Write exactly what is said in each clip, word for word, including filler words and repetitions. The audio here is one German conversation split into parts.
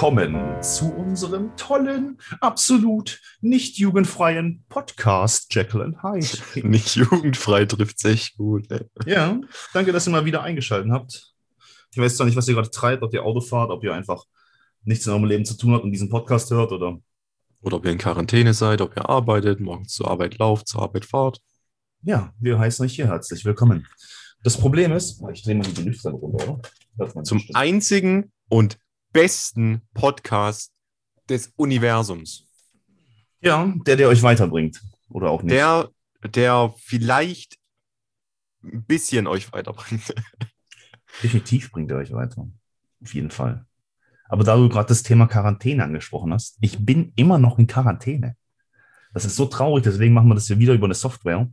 willkommen zu unserem tollen, absolut nicht jugendfreien Podcast Jekyll and Hyde. Nicht jugendfrei trifft's echt gut. Ey. Ja, danke, dass ihr mal wieder eingeschaltet habt. Ich weiß zwar nicht, was ihr gerade treibt, ob ihr Auto fahrt, ob ihr einfach nichts in eurem Leben zu tun habt und diesen Podcast hört oder... Oder ob ihr in Quarantäne seid, ob ihr arbeitet, morgens zur Arbeit lauft, zur Arbeit fahrt. Ja, wir heißen euch hier herzlich willkommen. Das Problem ist, ich drehe mal die Belüftung runter, oder? Zum einzigen und besten Podcast des Universums. Ja, der, der euch weiterbringt. Oder auch nicht. Der, der vielleicht ein bisschen euch weiterbringt. Definitiv bringt er euch weiter. Auf jeden Fall. Aber da du gerade das Thema Quarantäne angesprochen hast, ich bin immer noch in Quarantäne. Das ist so traurig, deswegen machen wir das hier wieder über eine Software.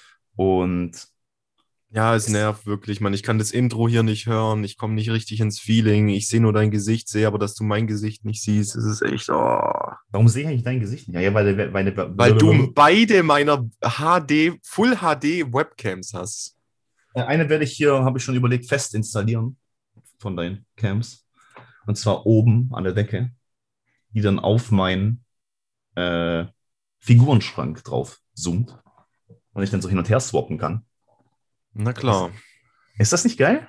Und ja, es nervt wirklich, Mann. Ich kann das Intro hier nicht hören. Ich komme nicht richtig ins Feeling. Ich sehe nur dein Gesicht, sehe aber, dass du mein Gesicht nicht siehst. Es ist echt, oh. Warum sehe ich dein Gesicht nicht? Ja, weil, weil, weil, weil, weil du beide meiner H D, Full H D Webcams hast. Eine werde ich hier, habe ich schon überlegt, fest installieren von deinen Cams. Und zwar oben an der Decke, die dann auf meinen äh, Figurenschrank drauf zoomt. Und ich dann so hin und her swappen kann. Na klar. Ist, ist das nicht geil?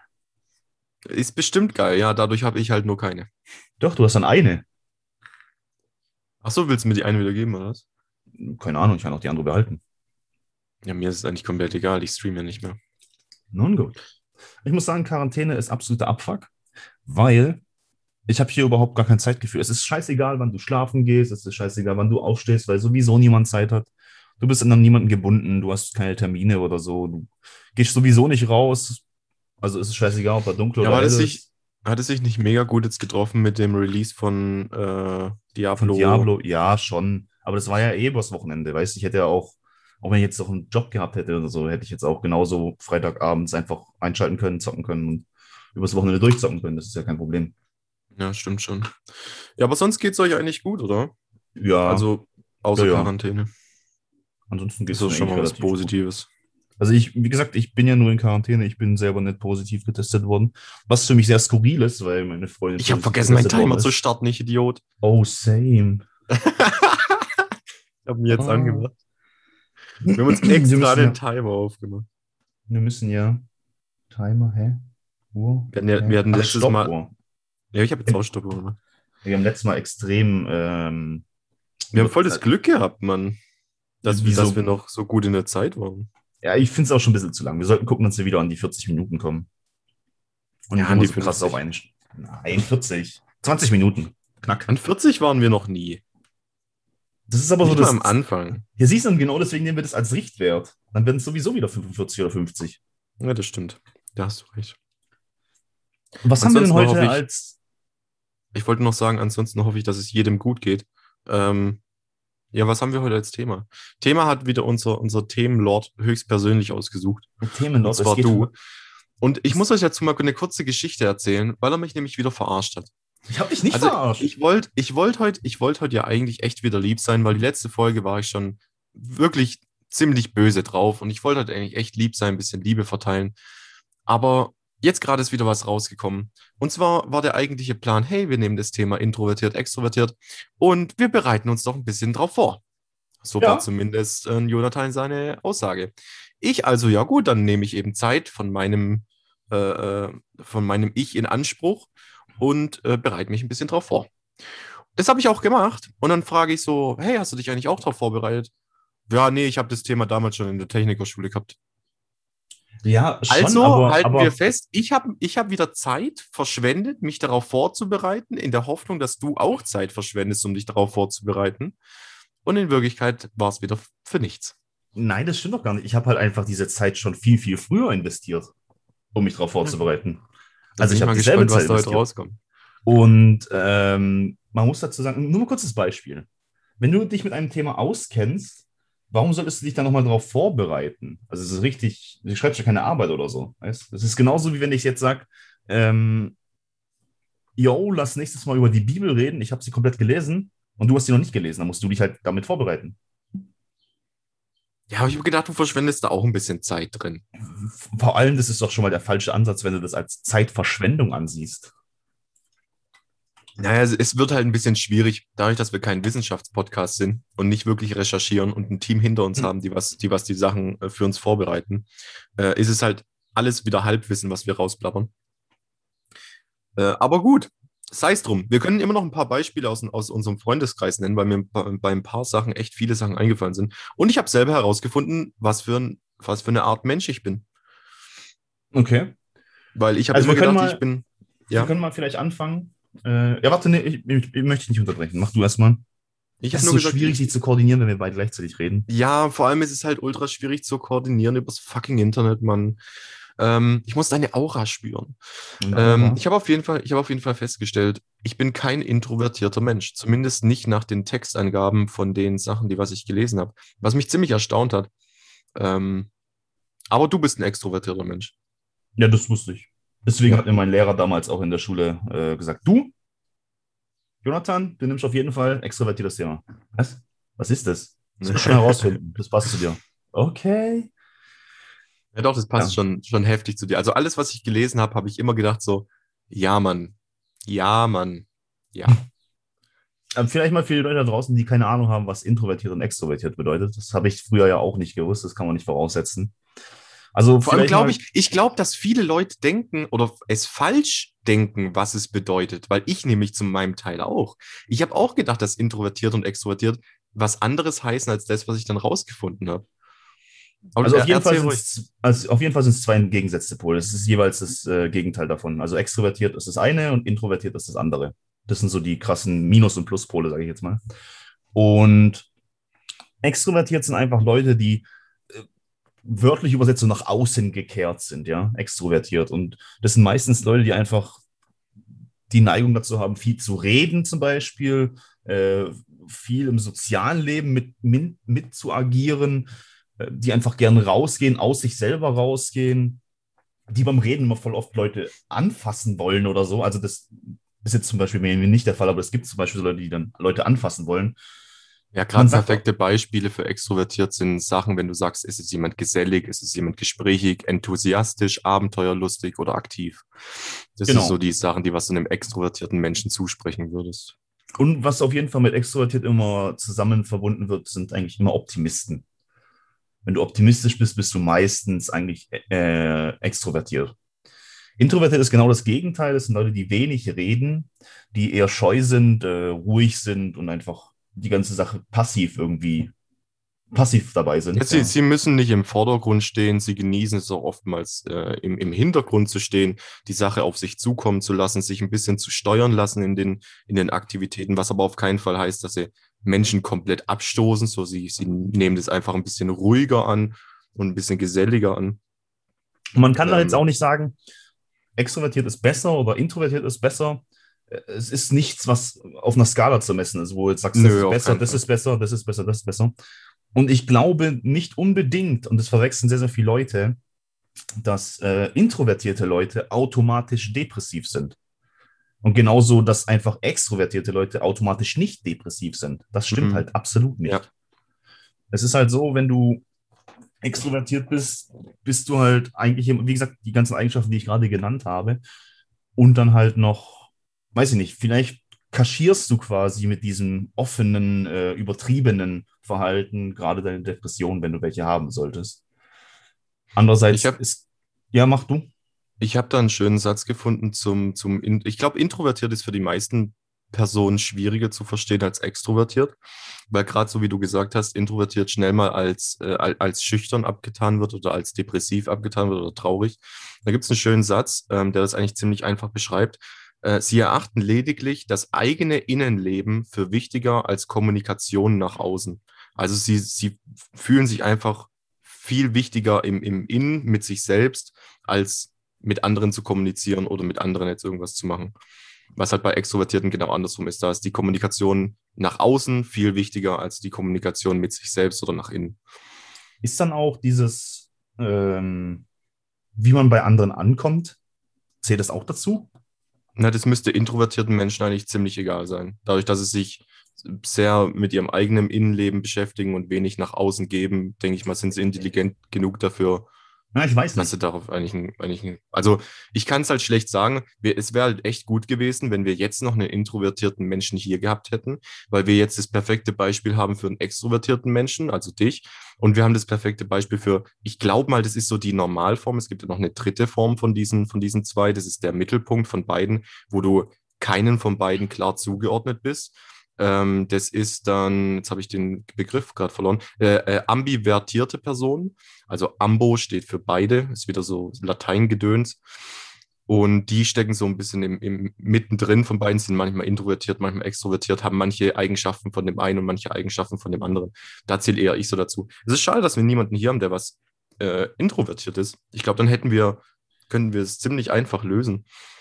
Ist bestimmt geil, ja. Dadurch habe ich halt nur keine. Doch, du hast dann eine. Achso, willst du mir die eine wieder geben, oder was? Keine Ahnung, ich kann auch die andere behalten. Ja, mir ist es eigentlich komplett egal. Ich streame ja nicht mehr. Nun gut. Ich muss sagen, Quarantäne ist absoluter Abfuck, weil ich habe hier überhaupt gar kein Zeitgefühl. Es ist scheißegal, wann du schlafen gehst. Es ist scheißegal, wann du aufstehst, weil sowieso niemand Zeit hat. Du bist an niemanden gebunden. Du hast keine Termine oder so. Du gehst sowieso nicht raus. Also ist es scheißegal, ob da dunkel ja, oder hell ist. Sich, hat es sich nicht mega gut jetzt getroffen mit dem Release von äh, Diablo? Von Diablo, ja, schon. Aber das war ja eh übers Wochenende, weißt du? Ich hätte ja auch, auch wenn ich jetzt noch einen Job gehabt hätte oder so, hätte ich jetzt auch genauso Freitagabends einfach einschalten können, zocken können und übers Wochenende durchzocken können. Das ist ja kein Problem. Ja, stimmt schon. Ja, aber sonst geht es euch eigentlich gut, oder? Ja. Also außer ja, ja. Quarantäne. Ansonsten geht es so schon mal was Positives. Gut. Also ich, wie gesagt, ich bin ja nur in Quarantäne. Ich bin selber nicht positiv getestet worden. Was für mich sehr skurril ist, weil meine Freundin... Ich habe vergessen, meinen Timer zu starten, ich Idiot. Oh, same. Ich habe mir jetzt oh. angemacht. Wir haben uns extra den ja, Timer aufgemacht. Wir müssen ja... Timer, hä? Uhr? Wir hatten, ja, wir hatten Ach, letztes Mal... Ja, ich habe jetzt auch Stoppuhr. Ne? Wir haben letztes Mal extrem... Ähm, wir haben voll das Glück gehabt, Mann. Dass, wir, dass wir noch so gut in der Zeit waren. Ja, ich finde es auch schon ein bisschen zu lang. Wir sollten gucken, dass wir wieder an die vierzig Minuten kommen. Und ja, an die so krass auf eine... Nein, vierzig. zwanzig Minuten. Knack. An vierzig waren wir noch nie. Das ist aber Nicht so das... am Anfang. Ja, siehst du, und genau deswegen nehmen wir das als Richtwert. Dann werden es sowieso wieder fünfundvierzig oder fünfzig. Ja, das stimmt. Da hast du recht. Und was ansonsten haben wir denn heute ich, als... Ich wollte noch sagen, ansonsten hoffe ich, dass es jedem gut geht. Ähm... Ja, was haben wir heute als Thema? Thema hat wieder unser, unser Themenlord höchstpersönlich ausgesucht. Themenlord, und zwar du. Und ich muss euch dazu mal eine kurze Geschichte erzählen, weil er mich nämlich wieder verarscht hat. Ich habe dich nicht also verarscht. Ich wollte ich wollt heute wollt heut ja eigentlich echt wieder lieb sein, weil die letzte Folge war ich schon wirklich ziemlich böse drauf und ich wollte heute eigentlich echt lieb sein, ein bisschen Liebe verteilen. Aber jetzt gerade ist wieder was rausgekommen. Und zwar war der eigentliche Plan, hey, wir nehmen das Thema introvertiert, extrovertiert und wir bereiten uns doch ein bisschen drauf vor. So ja. war zumindest äh, Jonathan seine Aussage. Ich also, ja gut, dann nehme ich eben Zeit von meinem, äh, von meinem Ich in Anspruch und äh, bereite mich ein bisschen drauf vor. Das habe ich auch gemacht. Und dann frage ich so, hey, hast du dich eigentlich auch drauf vorbereitet? Ja, nee, ich habe das Thema damals schon in der Technikerschule gehabt. Ja, schon, also aber, halten aber wir fest, ich habe ich hab wieder Zeit verschwendet, mich darauf vorzubereiten, in der Hoffnung, dass du auch Zeit verschwendest, um dich darauf vorzubereiten. Und in Wirklichkeit war es wieder für nichts. Nein, das stimmt doch gar nicht. Ich habe halt einfach diese Zeit schon viel, viel früher investiert, um mich darauf vorzubereiten. Da also ich habe dieselbe gespannt, Zeit was da heute rauskommt. Und ähm, man muss dazu sagen, nur ein kurzes Beispiel. Wenn du dich mit einem Thema auskennst, warum solltest du dich da nochmal drauf vorbereiten? Also es ist richtig, du schreibst ja keine Arbeit oder so. Weißt? Das ist genauso, wie wenn ich jetzt sage, ähm, yo, lass nächstes Mal über die Bibel reden, ich habe sie komplett gelesen und du hast sie noch nicht gelesen, dann musst du dich halt damit vorbereiten. Ja, aber ich habe gedacht, du verschwendest da auch ein bisschen Zeit drin. Vor allem, das ist doch schon mal der falsche Ansatz, wenn du das als Zeitverschwendung ansiehst. Naja, es, es wird halt ein bisschen schwierig, dadurch, dass wir kein Wissenschaftspodcast sind und nicht wirklich recherchieren und ein Team hinter uns Hm. haben, die was die, was die Sachen äh, für uns vorbereiten, äh, ist es halt alles wieder Halbwissen, was wir rausplappern. Äh, aber gut, sei es drum. Wir können immer noch ein paar Beispiele aus, aus unserem Freundeskreis nennen, weil mir bei, bei ein paar Sachen echt viele Sachen eingefallen sind. Und ich habe selber herausgefunden, was für, ein, was für eine Art Mensch ich bin. Okay. Weil ich habe Also immer wir können gedacht, ich mal, bin, wir ja, können mal vielleicht anfangen. Äh, ja, warte, nee, ich, ich, ich möchte dich nicht unterbrechen. Mach du erstmal. ich Es habe ist nur so gesagt, schwierig, ich, sich zu koordinieren, wenn wir beide gleichzeitig reden. ja, vor allem ist es halt ultra schwierig zu koordinieren übers fucking Internet, Mann. Ähm, ich muss deine Aura spüren. Eine Ähm, Aura. ich habe auf jeden Fall, ich habe auf jeden Fall festgestellt, ich bin kein introvertierter Mensch. Zumindest nicht nach den Textangaben von den Sachen, die was ich gelesen habe. Was mich ziemlich erstaunt hat. Ähm, aber du bist ein extrovertierter Mensch. Ja, das wusste ich. Deswegen Ja. hat mir mein Lehrer damals auch in der Schule äh, gesagt, du, Jonathan, du nimmst auf jeden Fall extrovertiertes Thema. Was? Was ist das? Das wirst du schon herausfinden. Das passt zu dir. Okay. Ja, doch, das passt Ja. schon, schon heftig zu dir. Also alles, was ich gelesen habe, habe ich immer gedacht so, ja, Mann, ja, Mann, ja. Aber vielleicht mal für die Leute da draußen, die keine Ahnung haben, was introvertiert und extrovertiert bedeutet. Das habe ich früher ja auch nicht gewusst. Das kann man nicht voraussetzen. Also Vor allem vielleicht glaube mal, ich, ich glaube, dass viele Leute denken oder es falsch denken, was es bedeutet, weil ich nämlich zu meinem Teil auch. Ich habe auch gedacht, dass introvertiert und extrovertiert was anderes heißen als das, was ich dann rausgefunden habe. Aber also auf er, jeden Fall erzähl sind ruhig. es, also auf jeden Fall sind es zwei entgegengesetzte Pole. Es ist jeweils das äh, Gegenteil davon. Also extrovertiert ist das eine und introvertiert ist das andere. Das sind so die krassen Minus- und Pluspole, sage ich jetzt mal. Und extrovertiert sind einfach Leute, die äh, wörtlich übersetzt so nach außen gekehrt sind, ja, extrovertiert. Und das sind meistens Leute, die einfach die Neigung dazu haben, viel zu reden zum Beispiel, äh, viel im sozialen Leben mit, mit, mit zu agieren, äh, die einfach gern rausgehen, aus sich selber rausgehen, die beim Reden immer voll oft Leute anfassen wollen oder so. Also das ist jetzt zum Beispiel bei mir nicht der Fall, aber es gibt zum Beispiel so Leute, die dann Leute anfassen wollen. Ja, Man gerade sagt doch, perfekte Beispiele für extrovertiert sind Sachen, wenn du sagst, ist es jemand gesellig, ist es jemand gesprächig, enthusiastisch, abenteuerlustig oder aktiv. Das ist so genau. die Sachen, die was du einem extrovertierten Menschen zusprechen würdest. Und was auf jeden Fall mit extrovertiert immer zusammen verbunden wird, sind eigentlich immer Optimisten. Wenn du optimistisch bist, bist du meistens eigentlich äh, extrovertiert. Introvertiert ist genau das Gegenteil. Das sind Leute, die wenig reden, die eher scheu sind, äh, ruhig sind und einfach die ganze Sache passiv irgendwie passiv dabei Ja, sind. sie, Ja, sie müssen nicht im Vordergrund stehen, sie genießen es auch oftmals äh, im, im Hintergrund zu stehen, die Sache auf sich zukommen zu lassen, sich ein bisschen zu steuern lassen in den, in den Aktivitäten, was aber auf keinen Fall heißt, dass sie Menschen komplett abstoßen, so sie, sie nehmen das einfach ein bisschen ruhiger an und ein bisschen geselliger an. und man kann da jetzt auch Ähm, nicht sagen, extrovertiert ist besser oder introvertiert ist besser. Äh, Es ist nichts, was auf einer Skala zu messen ist, wo du jetzt sagst, das nö, ist auf besser, keinen das Fall. ist besser, das ist besser, das ist besser. Und ich glaube nicht unbedingt, und das verwechseln sehr, sehr viele Leute, dass äh, introvertierte Leute automatisch depressiv sind. Und genauso, dass einfach extrovertierte Leute automatisch nicht depressiv sind. Das stimmt Mhm. halt absolut Ja. nicht. Es ist halt so, wenn du extrovertiert bist, bist du halt eigentlich, wie gesagt, die ganzen Eigenschaften, die ich gerade genannt habe. Und dann halt noch, weiß ich nicht, vielleicht kaschierst du quasi mit diesem offenen, äh, übertriebenen Verhalten gerade deine Depression, wenn du welche haben solltest. Ich Andererseits habe ist, ja, mach du. Ich habe da einen schönen Satz gefunden zum, zum In ich glaube, introvertiert ist für die meisten Personen schwieriger zu verstehen als extrovertiert, weil gerade so wie du gesagt hast, introvertiert schnell mal als, äh, al- als schüchtern abgetan wird oder als depressiv abgetan wird oder traurig. Da gibt es einen schönen Satz, ähm, der das eigentlich ziemlich einfach beschreibt. Äh, sie erachten lediglich das eigene Innenleben für wichtiger als Kommunikation nach außen. Also sie, sie fühlen sich einfach viel wichtiger im, im Innen mit sich selbst als mit anderen zu kommunizieren oder mit anderen jetzt irgendwas zu machen. Was halt bei Extrovertierten genau andersrum ist. Da ist die Kommunikation nach außen viel wichtiger als die Kommunikation mit sich selbst oder nach innen. Ist dann auch dieses, ähm, wie man bei anderen ankommt, zählt das auch dazu? Na, das müsste introvertierten Menschen eigentlich ziemlich egal sein. Dadurch, dass sie sich sehr mit ihrem eigenen Innenleben beschäftigen und wenig nach außen geben, denke ich mal, sind sie intelligent genug dafür, Ja, ich weiß Hast du nicht. darauf eigentlich ein, eigentlich ein, also ich kann es halt schlecht sagen. Wir, es wäre halt echt gut gewesen, wenn wir jetzt noch einen introvertierten Menschen hier gehabt hätten, weil wir jetzt das perfekte Beispiel haben für einen extrovertierten Menschen, also dich. Und wir haben das perfekte Beispiel für, ich glaube mal, das ist so die Normalform. Es gibt ja noch eine dritte Form von diesen, von diesen zwei. Das ist der Mittelpunkt von beiden, wo du keinen von beiden klar zugeordnet bist. Ähm, das ist dann, jetzt habe ich den Begriff gerade verloren, äh, äh, ambivertierte Personen. Also Ambo steht für beide, ist wieder so Lateingedöns. Und die stecken so ein bisschen im, im mittendrin von beiden, sind manchmal introvertiert, manchmal extrovertiert, haben manche Eigenschaften von dem einen und manche Eigenschaften von dem anderen. Da zähle eher ich so dazu. Es ist schade, dass wir niemanden hier haben, der was äh, introvertiert ist. Ich glaube, dann hätten wir, könnten wir es ziemlich einfach lösen.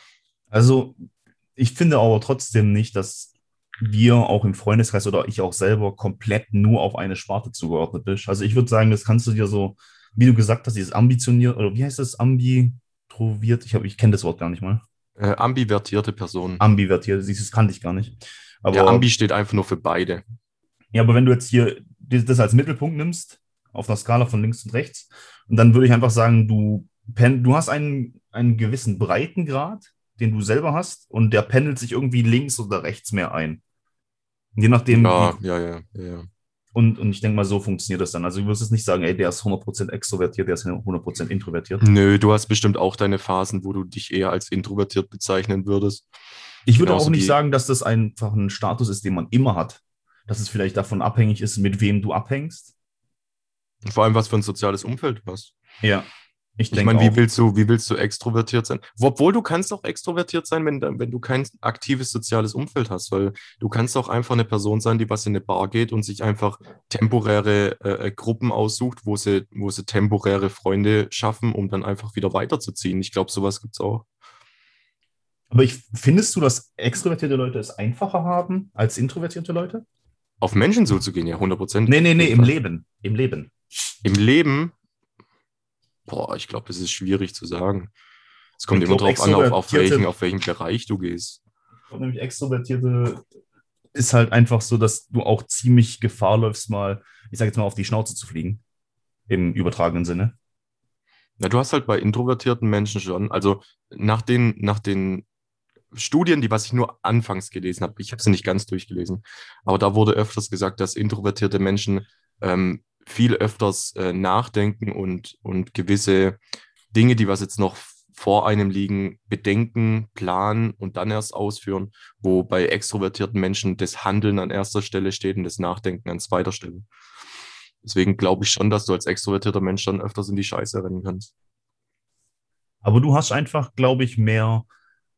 Also, ich finde aber trotzdem nicht, dass wir auch im Freundeskreis oder ich auch selber komplett nur auf eine Sparte zugeordnet bist. Also, ich würde sagen, das kannst du dir so, wie du gesagt hast, dieses ambitioniert, oder wie heißt das, ambitroviert? Ich habe, ich kenne das Wort gar nicht mal. Äh, ambivertierte Personen. Ambivertiert, dieses kannte ich gar nicht. Ja, Aber Ambi steht einfach nur für beide. ja, aber wenn du jetzt hier das als Mittelpunkt nimmst, auf einer Skala von links und rechts, und dann würde ich einfach sagen, du, pen, du hast einen, einen gewissen Breitengrad, den du selber hast, und der pendelt sich irgendwie links oder rechts mehr ein. Je nachdem, wie. Ja, ja, ja, ja. Ja. Und, und ich denke mal, so funktioniert das dann. Also, du wirst jetzt nicht sagen, ey, der ist hundert Prozent extrovertiert, der ist hundert Prozent introvertiert. Nö, du hast bestimmt auch deine Phasen, wo du dich eher als introvertiert bezeichnen würdest. Ich würde auch Genauso nicht wie, sagen, dass das einfach ein Status ist, den man immer hat. Dass es vielleicht davon abhängig ist, mit wem du abhängst. vor allem, was für ein soziales Umfeld du hast. Ja, ich Ich denke meine, wie auch. willst du, wie willst du extrovertiert sein? Obwohl du kannst auch extrovertiert sein, wenn, wenn du kein aktives soziales Umfeld hast, weil du kannst auch einfach eine Person sein, die was in eine Bar geht und sich einfach temporäre äh, äh, Gruppen aussucht, wo sie, wo sie temporäre Freunde schaffen, um dann einfach wieder weiterzuziehen. Ich glaube, sowas gibt es auch. Aber ich, findest du, dass extrovertierte Leute es einfacher haben als introvertierte Leute? Auf Menschen zuzugehen, ja, hundert Prozent, Nee, nee, auf nee, jeden im Fall. Leben. Im Leben. Im Leben, boah, ich glaube, das ist schwierig zu sagen. Es kommt Ich immer glaube, drauf an, auf, auf welchen, extrovertierte, auf welchen Bereich du gehst. ich glaub, nämlich extrovertierte ist halt einfach so, dass du auch ziemlich Gefahr läufst, mal, ich sage jetzt mal, auf die Schnauze zu fliegen. Im übertragenen Sinne. Na, du hast halt bei introvertierten Menschen schon, also nach den, nach den Studien, die was ich nur anfangs gelesen habe, ich habe sie nicht ganz durchgelesen, aber da wurde öfters gesagt, dass introvertierte Menschen ähm, viel öfters äh, nachdenken und, und gewisse Dinge, die was jetzt noch vor einem liegen, bedenken, planen und dann erst ausführen, wo bei extrovertierten Menschen das Handeln an erster Stelle steht und das Nachdenken an zweiter Stelle. Deswegen glaube ich schon, dass du als extrovertierter Mensch dann öfters in die Scheiße rennen kannst. Aber du hast einfach, glaube ich, mehr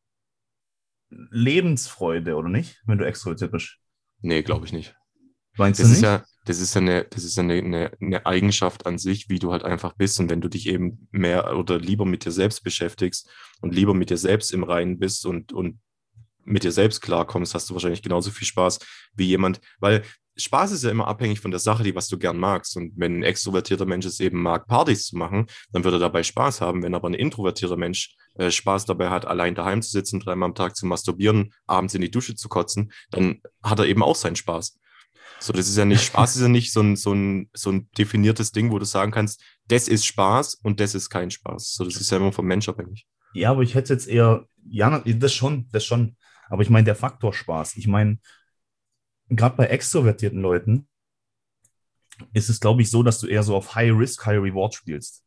Lebensfreude, oder nicht? Wenn du extrovertiert bist. Nee, glaube ich nicht. Meinst du Das ist nicht? ja, das ist ja eine, das ist ja eine, eine, eine Eigenschaft an sich, wie du halt einfach bist. Und wenn du dich eben mehr oder lieber mit dir selbst beschäftigst und lieber mit dir selbst im Reinen bist und, und mit dir selbst klarkommst, hast du wahrscheinlich genauso viel Spaß wie jemand, weil Spaß ist ja immer abhängig von der Sache, die was du gern magst. Und wenn ein extrovertierter Mensch es eben mag, Partys zu machen, dann wird er dabei Spaß haben. Wenn aber ein introvertierter Mensch äh, Spaß dabei hat, allein daheim zu sitzen, dreimal am Tag zu masturbieren, abends in die Dusche zu kotzen, dann hat er eben auch seinen Spaß. So, das ist ja nicht, Spaß ist ja nicht so ein, so ein, so ein definiertes Ding, wo du sagen kannst, das ist Spaß und das ist kein Spaß. So, das ist ja immer vom Mensch abhängig. Ja, aber ich hätte jetzt eher, ja, na- das schon, das schon. Aber ich meine, der Faktor Spaß. Ich meine, gerade bei extrovertierten Leuten ist es, glaube ich, so, dass du eher so auf High Risk, High Reward spielst.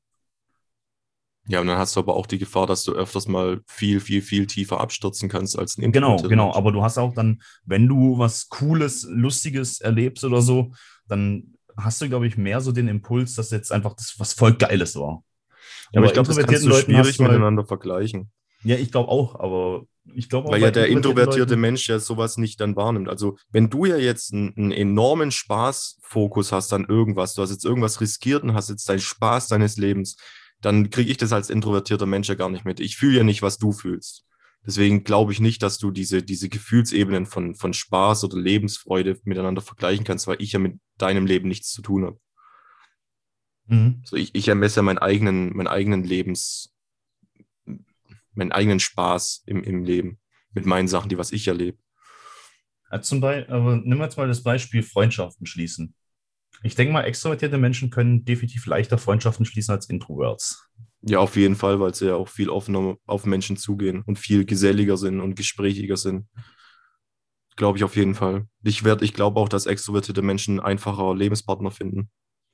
Ja, und dann hast du aber auch die Gefahr, dass du öfters mal viel, viel, viel tiefer abstürzen kannst als ein Genau, introvertierter genau. Mensch. Aber du hast auch dann, wenn du was Cooles, Lustiges erlebst oder so, dann hast du, glaube ich, mehr so den Impuls, dass jetzt einfach das was voll Geiles war. Ja, Und aber bei ich glaube, das kannst introvertierten du Leuten hast schwierig du halt, miteinander vergleichen. ja, ich glaube auch, aber ich glaube auch Weil bei ja der introvertierten introvertierte Leuten, Mensch ja sowas nicht dann wahrnimmt. Also wenn du ja jetzt einen, einen enormen Spaßfokus hast an irgendwas, du hast jetzt irgendwas riskiert und hast jetzt deinen Spaß deines Lebens, dann kriege ich das als introvertierter Mensch ja gar nicht mit. Ich fühle ja nicht, was du fühlst. Deswegen glaube ich nicht, dass du diese, diese Gefühlsebenen von, von Spaß oder Lebensfreude miteinander vergleichen kannst, weil ich ja mit deinem Leben nichts zu tun habe. mhm. So ich, ich ermesse ja meinen eigenen, meinen eigenen Lebens, meinen eigenen Spaß im, im Leben mit meinen Sachen, die was ich erlebe. Ja, zum Beispiel, aber nimm jetzt mal das Beispiel Freundschaften schließen. Ich denke mal, extrovertierte Menschen können definitiv leichter Freundschaften schließen als Introverts. Ja, auf jeden Fall, weil sie ja auch viel offener auf Menschen zugehen und viel geselliger sind und gesprächiger sind. Glaube ich auf jeden Fall. Ich werde, ich glaube auch, dass extrovertierte Menschen einfacher Lebenspartner finden.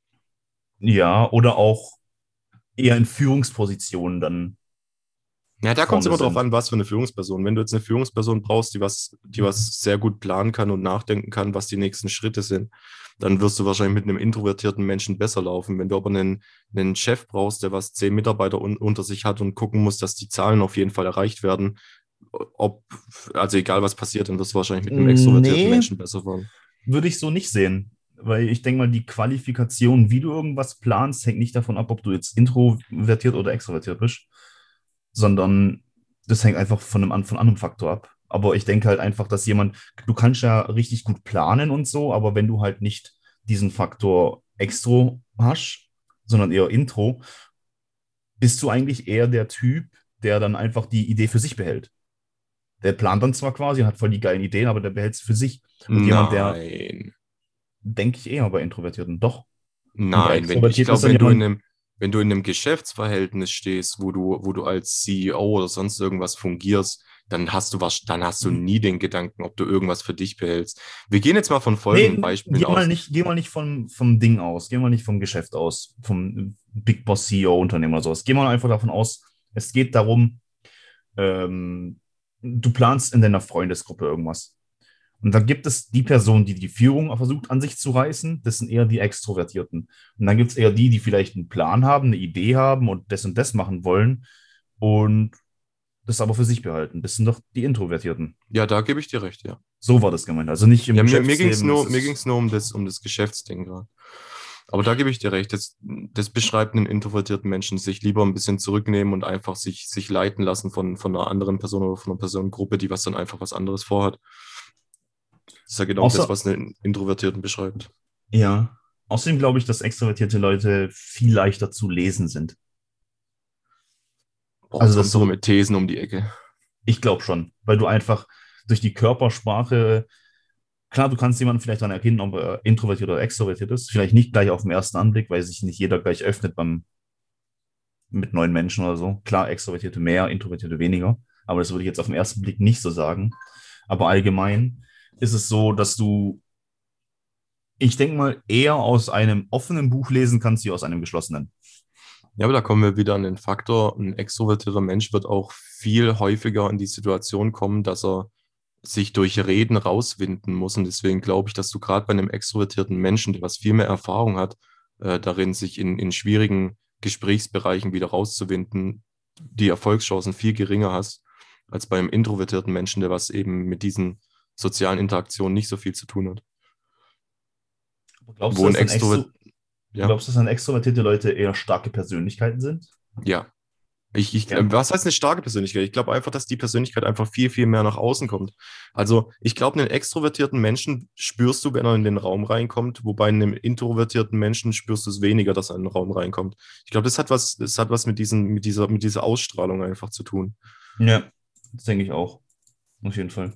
Ja, oder auch eher in Führungspositionen dann Ja, da kommt es vorne immer darauf sind. an, was für eine Führungsperson. Wenn du jetzt eine Führungsperson brauchst, die was, die was sehr gut planen kann und nachdenken kann, was die nächsten Schritte sind, dann wirst du wahrscheinlich mit einem introvertierten Menschen besser laufen. Wenn du aber einen, einen Chef brauchst, der was zehn Mitarbeiter un unter sich hat und gucken muss, dass die Zahlen auf jeden Fall erreicht werden, ob, also egal was passiert, dann wirst du wahrscheinlich mit einem extrovertierten Nee, Menschen besser fahren. würde ich so nicht sehen. Weil ich denke mal, die Qualifikation, wie du irgendwas planst, hängt nicht davon ab, ob du jetzt introvertiert oder extrovertiert bist, sondern das hängt einfach von einem, an- von einem Faktor ab. Aber ich denke halt einfach, dass jemand, du kannst ja richtig gut planen und so, aber wenn du halt nicht diesen Faktor Extro hast, sondern eher Intro, bist du eigentlich eher der Typ, der dann einfach die Idee für sich behält. Der plant dann zwar quasi, hat voll die geilen Ideen, aber der behält es für sich. Und jemand, der, Nein. denke ich, eher bei Introvertierten, doch. Und bei Nein, wenn, ich Extrovertierten ist glaube, dann wenn du in jemand, einem, wenn du in einem Geschäftsverhältnis stehst, wo du, wo du als C E O oder sonst irgendwas fungierst, dann hast du was, dann hast du nie den Gedanken, ob du irgendwas für dich behältst. Wir gehen jetzt mal von folgenden nee, Beispielen geh mal aus. nicht, geh mal nicht vom, vom Ding aus, geh mal nicht vom Geschäft aus, vom Big Boss C E O-Unternehmen oder sowas. Geh mal einfach davon aus, es geht darum, ähm, du planst in deiner Freundesgruppe irgendwas. Und dann gibt es die Person, die die Führung versucht an sich zu reißen. Das sind eher die Extrovertierten. Und dann gibt es eher die, die vielleicht einen Plan haben, eine Idee haben und das und das machen wollen und das aber für sich behalten. Das sind doch die Introvertierten. Ja, da gebe ich dir recht, ja. So war das gemeint. Also nicht im Ja, mir, mir ging es Geschäftsleben. Es nur, mir ging's ist, nur um das, um das Geschäftsding gerade. Aber da gebe ich dir recht. Das, das beschreibt einen introvertierten Menschen, sich lieber ein bisschen zurücknehmen und einfach sich, sich leiten lassen von, von einer anderen Person oder von einer Personengruppe, die was dann einfach was anderes vorhat. Das ist ja genau das, außer, was einen Introvertierten beschreibt. ja. Außerdem glaube ich, dass extrovertierte Leute viel leichter zu lesen sind. Boah, jetzt Also das kommst du aber so, mit Thesen um die Ecke. ich glaube schon, weil du einfach durch die Körpersprache, klar, du kannst jemanden vielleicht daran erkennen, ob er introvertiert oder extrovertiert ist. Vielleicht nicht gleich auf den ersten Anblick, weil sich nicht jeder gleich öffnet beim, mit neuen Menschen oder so. Klar, Extrovertierte mehr, Introvertierte weniger. Aber das würde ich jetzt auf den ersten Blick nicht so sagen. Aber allgemein ist es so, dass du, ich denke mal, eher aus einem offenen Buch lesen kannst, wie aus einem geschlossenen. Ja, aber da kommen wir wieder an den Faktor, ein extrovertierter Mensch wird auch viel häufiger in die Situation kommen, dass er sich durch Reden rauswinden muss. Und deswegen glaube ich, dass du gerade bei einem extrovertierten Menschen, der was viel mehr Erfahrung hat, äh, darin, sich in, in schwierigen Gesprächsbereichen wieder rauszuwinden, die Erfolgschancen viel geringer hast, als bei einem introvertierten Menschen, der was eben mit diesen sozialen Interaktionen nicht so viel zu tun hat. Aber glaubst du, Wo ein dass dann Extrovert, Extro ja, glaubst du, dass dann extrovertierte Leute eher starke Persönlichkeiten sind? ja. Ich, ich, Ja. was heißt eine starke Persönlichkeit? Ich glaube einfach, dass die Persönlichkeit einfach viel, viel mehr nach außen kommt. Also ich glaube, einen extrovertierten Menschen spürst du, wenn er in den Raum reinkommt, wobei einem introvertierten Menschen spürst du es weniger, dass er in den Raum reinkommt. Ich glaube, das hat was, das hat was mit diesen, mit dieser, mit dieser Ausstrahlung einfach zu tun. Ja, das denke ich auch. Auf jeden Fall.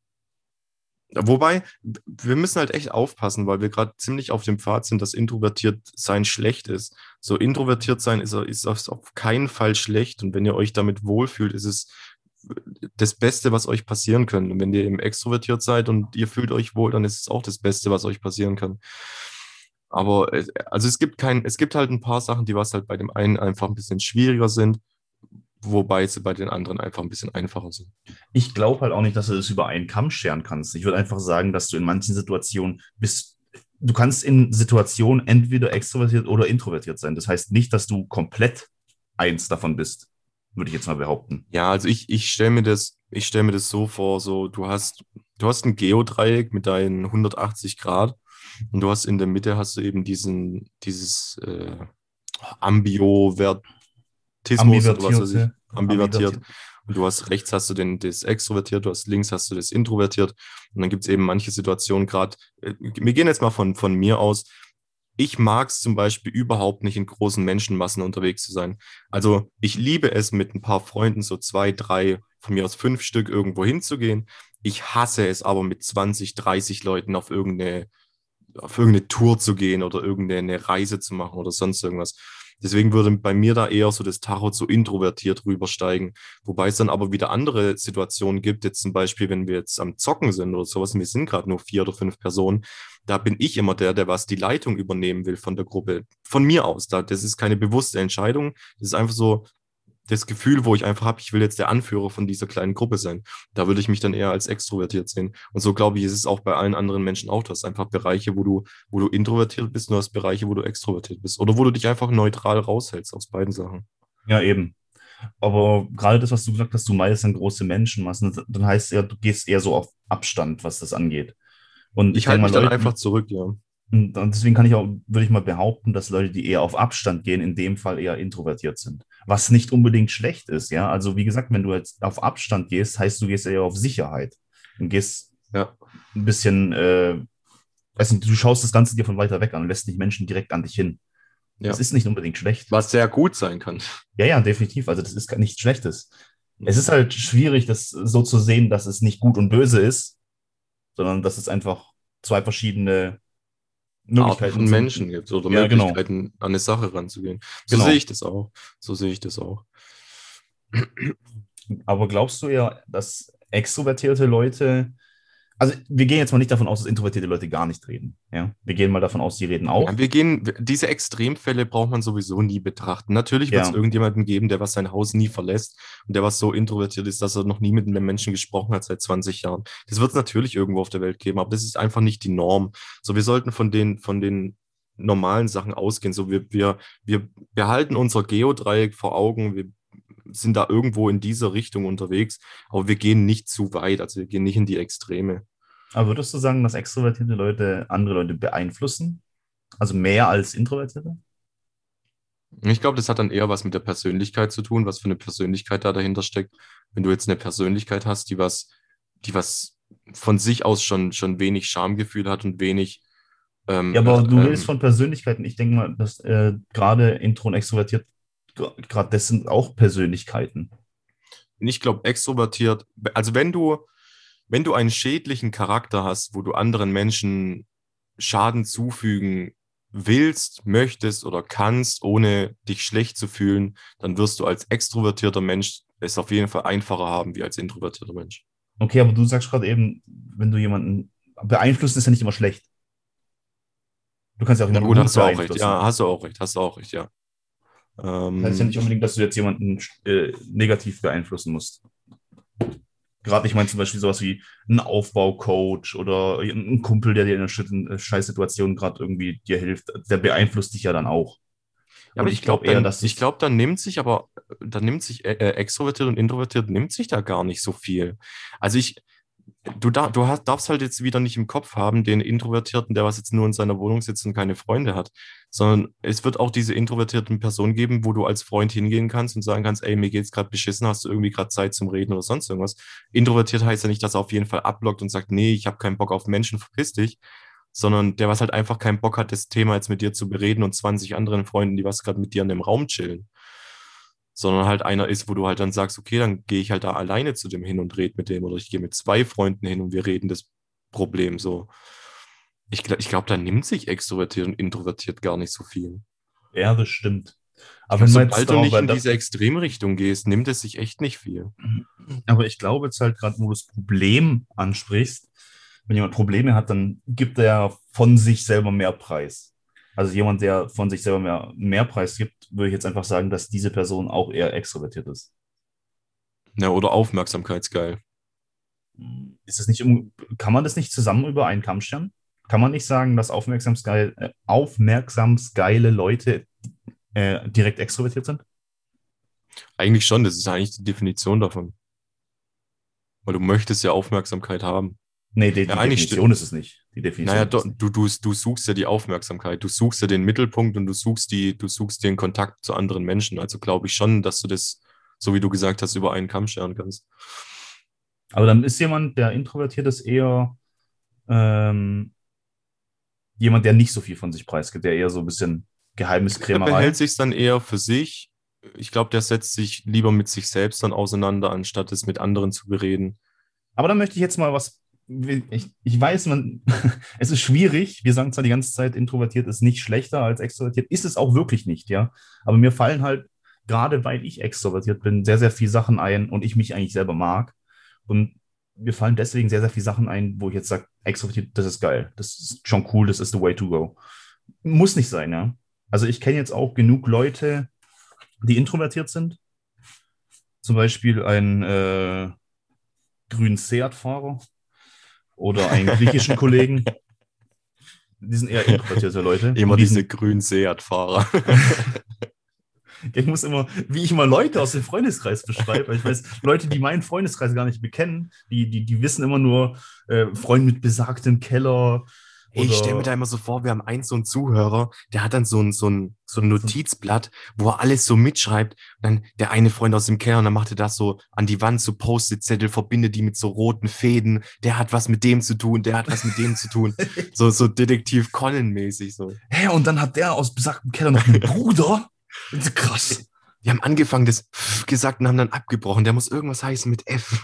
Wobei, wir müssen halt echt aufpassen, weil wir gerade ziemlich auf dem Pfad sind, dass introvertiert sein schlecht ist. So introvertiert sein ist, ist auf keinen Fall schlecht. Und wenn ihr euch damit wohlfühlt, ist es das Beste, was euch passieren kann. Und wenn ihr eben extrovertiert seid und ihr fühlt euch wohl, dann ist es auch das Beste, was euch passieren kann. Aber äh, also es gibt kein, es gibt halt ein paar Sachen, die was halt bei dem einen einfach ein bisschen schwieriger sind, wobei sie bei den anderen einfach ein bisschen einfacher sind. Ich glaube halt auch nicht, dass du das über einen Kamm scheren kannst. Ich würde einfach sagen, dass du in manchen Situationen bist, du kannst in Situationen entweder extrovertiert oder introvertiert sein. Das heißt nicht, dass du komplett eins davon bist, würde ich jetzt mal behaupten. Ja, also ich, ich stelle mir das, ich stelle mir das so vor, so du hast, du hast ein Geodreieck mit deinen hundertachtzig Grad und du hast in der Mitte hast du eben diesen, dieses äh, Ambiovertismus oder was weiß ich, Ambivertierte, ambivertiert. ambivertiert. Und du hast rechts hast du den, das extrovertiert, du hast links hast du das introvertiert. Und dann gibt es eben manche Situationen, gerade, äh, wir gehen jetzt mal von, von mir aus. Ich mag es zum Beispiel überhaupt nicht, in großen Menschenmassen unterwegs zu sein. Also ich liebe es, mit ein paar Freunden, so zwei, drei, von mir aus fünf Stück irgendwo hinzugehen. Ich hasse es aber, mit zwanzig, dreißig Leuten auf irgendeine auf irgendeine Tour zu gehen oder irgendeine Reise zu machen oder sonst irgendwas. Deswegen würde bei mir da eher so das Tarot so introvertiert rübersteigen. Wobei es dann aber wieder andere Situationen gibt, jetzt zum Beispiel, wenn wir jetzt am Zocken sind oder sowas, und wir sind gerade nur vier oder fünf Personen, da bin ich immer der, der was die Leitung übernehmen will von der Gruppe. Von mir aus. Da, das ist keine bewusste Entscheidung. Das ist einfach so das Gefühl, wo ich einfach habe, ich will jetzt der Anführer von dieser kleinen Gruppe sein. Da würde ich mich dann eher als extrovertiert sehen. Und so glaube ich, ist es auch bei allen anderen Menschen auch. Du hast einfach Bereiche, wo du, wo du introvertiert bist, und du hast Bereiche, wo du extrovertiert bist. Oder wo du dich einfach neutral raushältst aus beiden Sachen. Ja, eben. Aber gerade das, was du gesagt hast, du meist dann große Menschenmassen, dann heißt ja, du gehst eher so auf Abstand, was das angeht. Und ich Ich denke halte mal, mich dann Leute, einfach zurück, ja. und und deswegen kann ich auch, würde ich mal behaupten, dass Leute, die eher auf Abstand gehen, in dem Fall eher introvertiert sind. Was nicht unbedingt schlecht ist, ja. Also wie gesagt, wenn du jetzt auf Abstand gehst, heißt du gehst eher auf Sicherheit und gehst Ja. ein bisschen, äh, weiß nicht, du schaust das Ganze dir von weiter weg an und lässt nicht Menschen direkt an dich hin. Das Ja. ist nicht unbedingt schlecht. Was sehr gut sein kann. Ja, ja, definitiv. Also das ist nichts Schlechtes. Es ist halt schwierig, das so zu sehen, dass es nicht gut und böse ist, sondern dass es einfach zwei verschiedene Arten Möglichkeiten von sind. Menschen gibt oder Ja, genau, Möglichkeiten, an eine Sache ranzugehen. So sehe genau. ich das auch. So sehe ich das auch. Aber glaubst du eher, dass extrovertierte Leute, also wir gehen jetzt mal nicht davon aus, dass introvertierte Leute gar nicht reden. Ja? Wir gehen mal davon aus, die reden Ja, auch. wir gehen, diese Extremfälle braucht man sowieso nie betrachten. Natürlich wird es Ja, irgendjemanden geben, der was sein Haus nie verlässt und der was so introvertiert ist, dass er noch nie mit einem Menschen gesprochen hat seit zwanzig Jahren. Das wird es natürlich irgendwo auf der Welt geben, aber das ist einfach nicht die Norm. So, wir sollten von den, von den normalen Sachen ausgehen. So, wir, wir, wir behalten unser Geodreieck vor Augen, wir sind da irgendwo in dieser Richtung unterwegs, aber wir gehen nicht zu weit, also wir gehen nicht in die Extreme. aber würdest du sagen, dass extrovertierte Leute andere Leute beeinflussen? Also mehr als introvertierte? Ich glaube, das hat dann eher was mit der Persönlichkeit zu tun, was für eine Persönlichkeit da dahinter steckt. Wenn du jetzt eine Persönlichkeit hast, die was, die was von sich aus schon, schon wenig Schamgefühl hat und wenig, Ja, ähm, aber äh, du redest ähm, von Persönlichkeiten. Ich denke mal, dass äh, gerade intro und extrovertiert, gerade das sind auch Persönlichkeiten. ich glaube, extrovertiert, also wenn du, wenn du einen schädlichen Charakter hast, wo du anderen Menschen Schaden zufügen willst, möchtest oder kannst, ohne dich schlecht zu fühlen, dann wirst du als extrovertierter Mensch es auf jeden Fall einfacher haben wie als introvertierter Mensch. Okay, aber du sagst gerade eben, wenn du jemanden beeinflussen, ist ja nicht immer schlecht. Du kannst ja auch Na jemanden gut, gut hast du auch recht. beeinflussen. Ja, hast du auch recht. Hast du auch recht, ja. Das heißt ja nicht Ähm, unbedingt, dass du jetzt jemanden äh, negativ beeinflussen musst. Gerade, ich meine zum Beispiel sowas wie ein Aufbaucoach oder ein Kumpel, der dir in einer Scheiß- äh, Scheißsituation gerade irgendwie dir hilft, der beeinflusst dich ja dann auch. ja, aber Und ich ich glaube, glaube eher, dann, dass ich es, glaube, dann nimmt sich aber, dann nimmt sich äh, äh, extrovertiert und introvertiert nimmt sich da gar nicht so viel. Also ich, du, da, du hast, darfst halt jetzt wieder nicht im Kopf haben, den Introvertierten, der was jetzt nur in seiner Wohnung sitzt und keine Freunde hat, sondern es wird auch diese introvertierten Personen geben, wo du als Freund hingehen kannst und sagen kannst, ey, mir geht's gerade beschissen, hast du irgendwie gerade Zeit zum Reden oder sonst irgendwas. Introvertiert heißt ja nicht, dass er auf jeden Fall abblockt und sagt, nee, ich habe keinen Bock auf Menschen, verpiss dich, sondern der was halt einfach keinen Bock hat, das Thema jetzt mit dir zu bereden und zwanzig anderen Freunden, die was gerade mit dir in dem Raum chillen, sondern halt einer ist, wo du halt dann sagst, okay, dann gehe ich halt da alleine zu dem hin und rede mit dem oder ich gehe mit zwei Freunden hin und wir reden das Problem so. Ich, gl- ich glaube, da nimmt sich extrovertiert und introvertiert gar nicht so viel. ja, das stimmt. Ich Aber glaube, wenn man jetzt sobald du darauf, nicht weil in da, diese Extremrichtung gehst, nimmt es sich echt nicht viel. aber ich glaube jetzt halt gerade, wo du das Problem ansprichst, wenn jemand Probleme hat, dann gibt er von sich selber mehr Preis. Also jemand, der von sich selber mehr, mehr Preis gibt, würde ich jetzt einfach sagen, dass diese Person auch eher extrovertiert ist. Ja, oder aufmerksamkeitsgeil. Ist das nicht, im- kann man das nicht zusammen über einen Kamm scheren? Kann man nicht sagen, dass aufmerksamsgeil, äh, aufmerksamsgeile Leute äh, direkt extrovertiert sind? Eigentlich schon, das ist eigentlich die Definition davon. Weil du möchtest ja Aufmerksamkeit haben. Nee, die, Ja, die eigentlich, sti- Definition ist es nicht. Die naja, Definition ist du, es nicht. du, du du suchst ja die Aufmerksamkeit, du suchst ja den Mittelpunkt und du suchst die, du suchst den Kontakt zu anderen Menschen. Also glaube ich schon, dass du das, so wie du gesagt hast, über einen Kamm scheren kannst. Aber dann ist jemand, der introvertiert ist, eher ähm, jemand, der nicht so viel von sich preisgibt, der eher so ein bisschen Der behält Geheimniskrämerei. sich dann eher für sich. Ich glaube, der setzt sich lieber mit sich selbst dann auseinander, anstatt es mit anderen zu bereden. Aber dann möchte ich jetzt mal was. ich, ich weiß, man, es ist schwierig. Wir sagen zwar die ganze Zeit, introvertiert ist nicht schlechter als extrovertiert. Ist es auch wirklich nicht, ja. Aber mir fallen halt, gerade weil ich extrovertiert bin, sehr, sehr viele Sachen ein und ich mich eigentlich selber mag. Und mir fallen deswegen sehr, sehr viele Sachen ein, wo ich jetzt sage, extrovertiert, das ist geil. Das ist schon cool, das ist the way to go. Muss nicht sein, ja. Also ich kenne jetzt auch genug Leute, die introvertiert sind. Zum Beispiel einen äh, grünen Seat-Fahrer oder einen griechischen Kollegen. Die sind eher introvertierte Leute. Immer Und die diese sind, grünen Seat-Fahrer. ich muss immer, wie ich immer Leute aus dem Freundeskreis beschreibe, weil ich weiß, Leute, die meinen Freundeskreis gar nicht bekennen, die, die, die wissen immer nur, äh, Freund mit besagtem Keller Hey, ich stelle mir da oder immer so vor, wir haben einen so einen Zuhörer, der hat dann so ein, so ein, so ein so. Notizblatt, wo er alles so mitschreibt. Und dann der eine Freund aus dem Keller und dann macht er das so an die Wand, so Post-it-Zettel, verbindet die mit so roten Fäden. Der hat was mit dem zu tun, der hat was mit dem zu tun. So, so Detektiv Conan-mäßig so. Hä, und dann hat der aus besagtem Keller noch einen Bruder? Krass. Wir haben angefangen, das F gesagt und haben dann abgebrochen. Der muss irgendwas heißen mit F.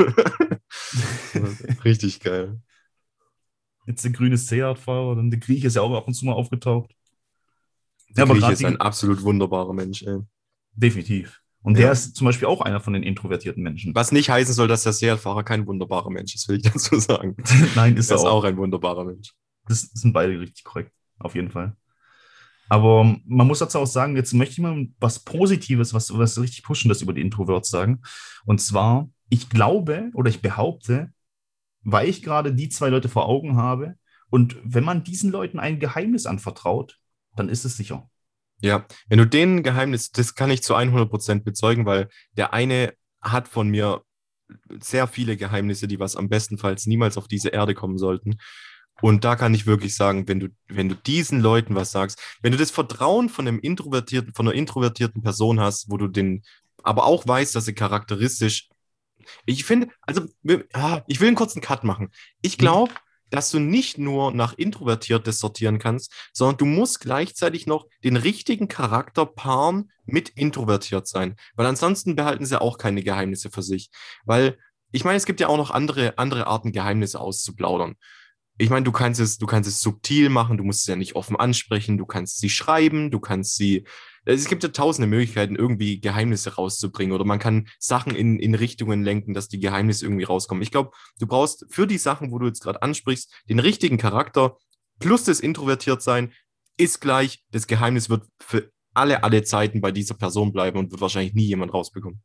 Richtig geil. Jetzt der grüne Seat-Fahrer, dann der Grieche ist ja auch ab und zu mal aufgetaucht. Der Ja, aber Grieche gerade ist ein die, absolut wunderbarer Mensch, ey. definitiv. Und der Ja. ist zum Beispiel auch einer von den introvertierten Menschen. Was nicht heißen soll, dass der Seat-Fahrer kein wunderbarer Mensch ist, will ich dazu sagen. Nein, ist Er er ist auch. auch ein wunderbarer Mensch. Das sind beide richtig korrekt, auf jeden Fall. Aber man muss dazu auch sagen, jetzt möchte ich mal was Positives, was, was richtig Pushendes über die Introverts sagen. Und zwar, ich glaube oder ich behaupte, weil ich gerade die zwei Leute vor Augen habe, und wenn man diesen Leuten ein Geheimnis anvertraut, dann ist es sicher. Ja, wenn du denen ein Geheimnis, das kann ich zu hundert Prozent bezeugen, weil der eine hat von mir sehr viele Geheimnisse, die was am bestenfalls niemals auf diese Erde kommen sollten. Und da kann ich wirklich sagen, wenn du, wenn du diesen Leuten was sagst, wenn du das Vertrauen von einem introvertierten, von einer introvertierten Person hast, wo du den, aber auch weißt, dass sie charakteristisch, ich finde, also ja, ich will einen kurzen Cut machen. Ich glaube, dass du nicht nur nach Introvertiertes sortieren kannst, sondern du musst gleichzeitig noch den richtigen Charakter paaren mit introvertiert sein. Weil ansonsten behalten sie auch keine Geheimnisse für sich. Weil, ich meine, es gibt ja auch noch andere, andere Arten, Geheimnisse auszuplaudern. Ich meine, du kannst es, du kannst es subtil machen, du musst es ja nicht offen ansprechen, du kannst sie schreiben, du kannst sie. Es gibt ja tausende Möglichkeiten, irgendwie Geheimnisse rauszubringen oder man kann Sachen in, in Richtungen lenken, dass die Geheimnisse irgendwie rauskommen. Ich glaube, du brauchst für die Sachen, wo du jetzt gerade ansprichst, den richtigen Charakter plus das Introvertiertsein ist gleich, das Geheimnis wird für alle, alle Zeiten bei dieser Person bleiben und wird wahrscheinlich nie jemand rausbekommen.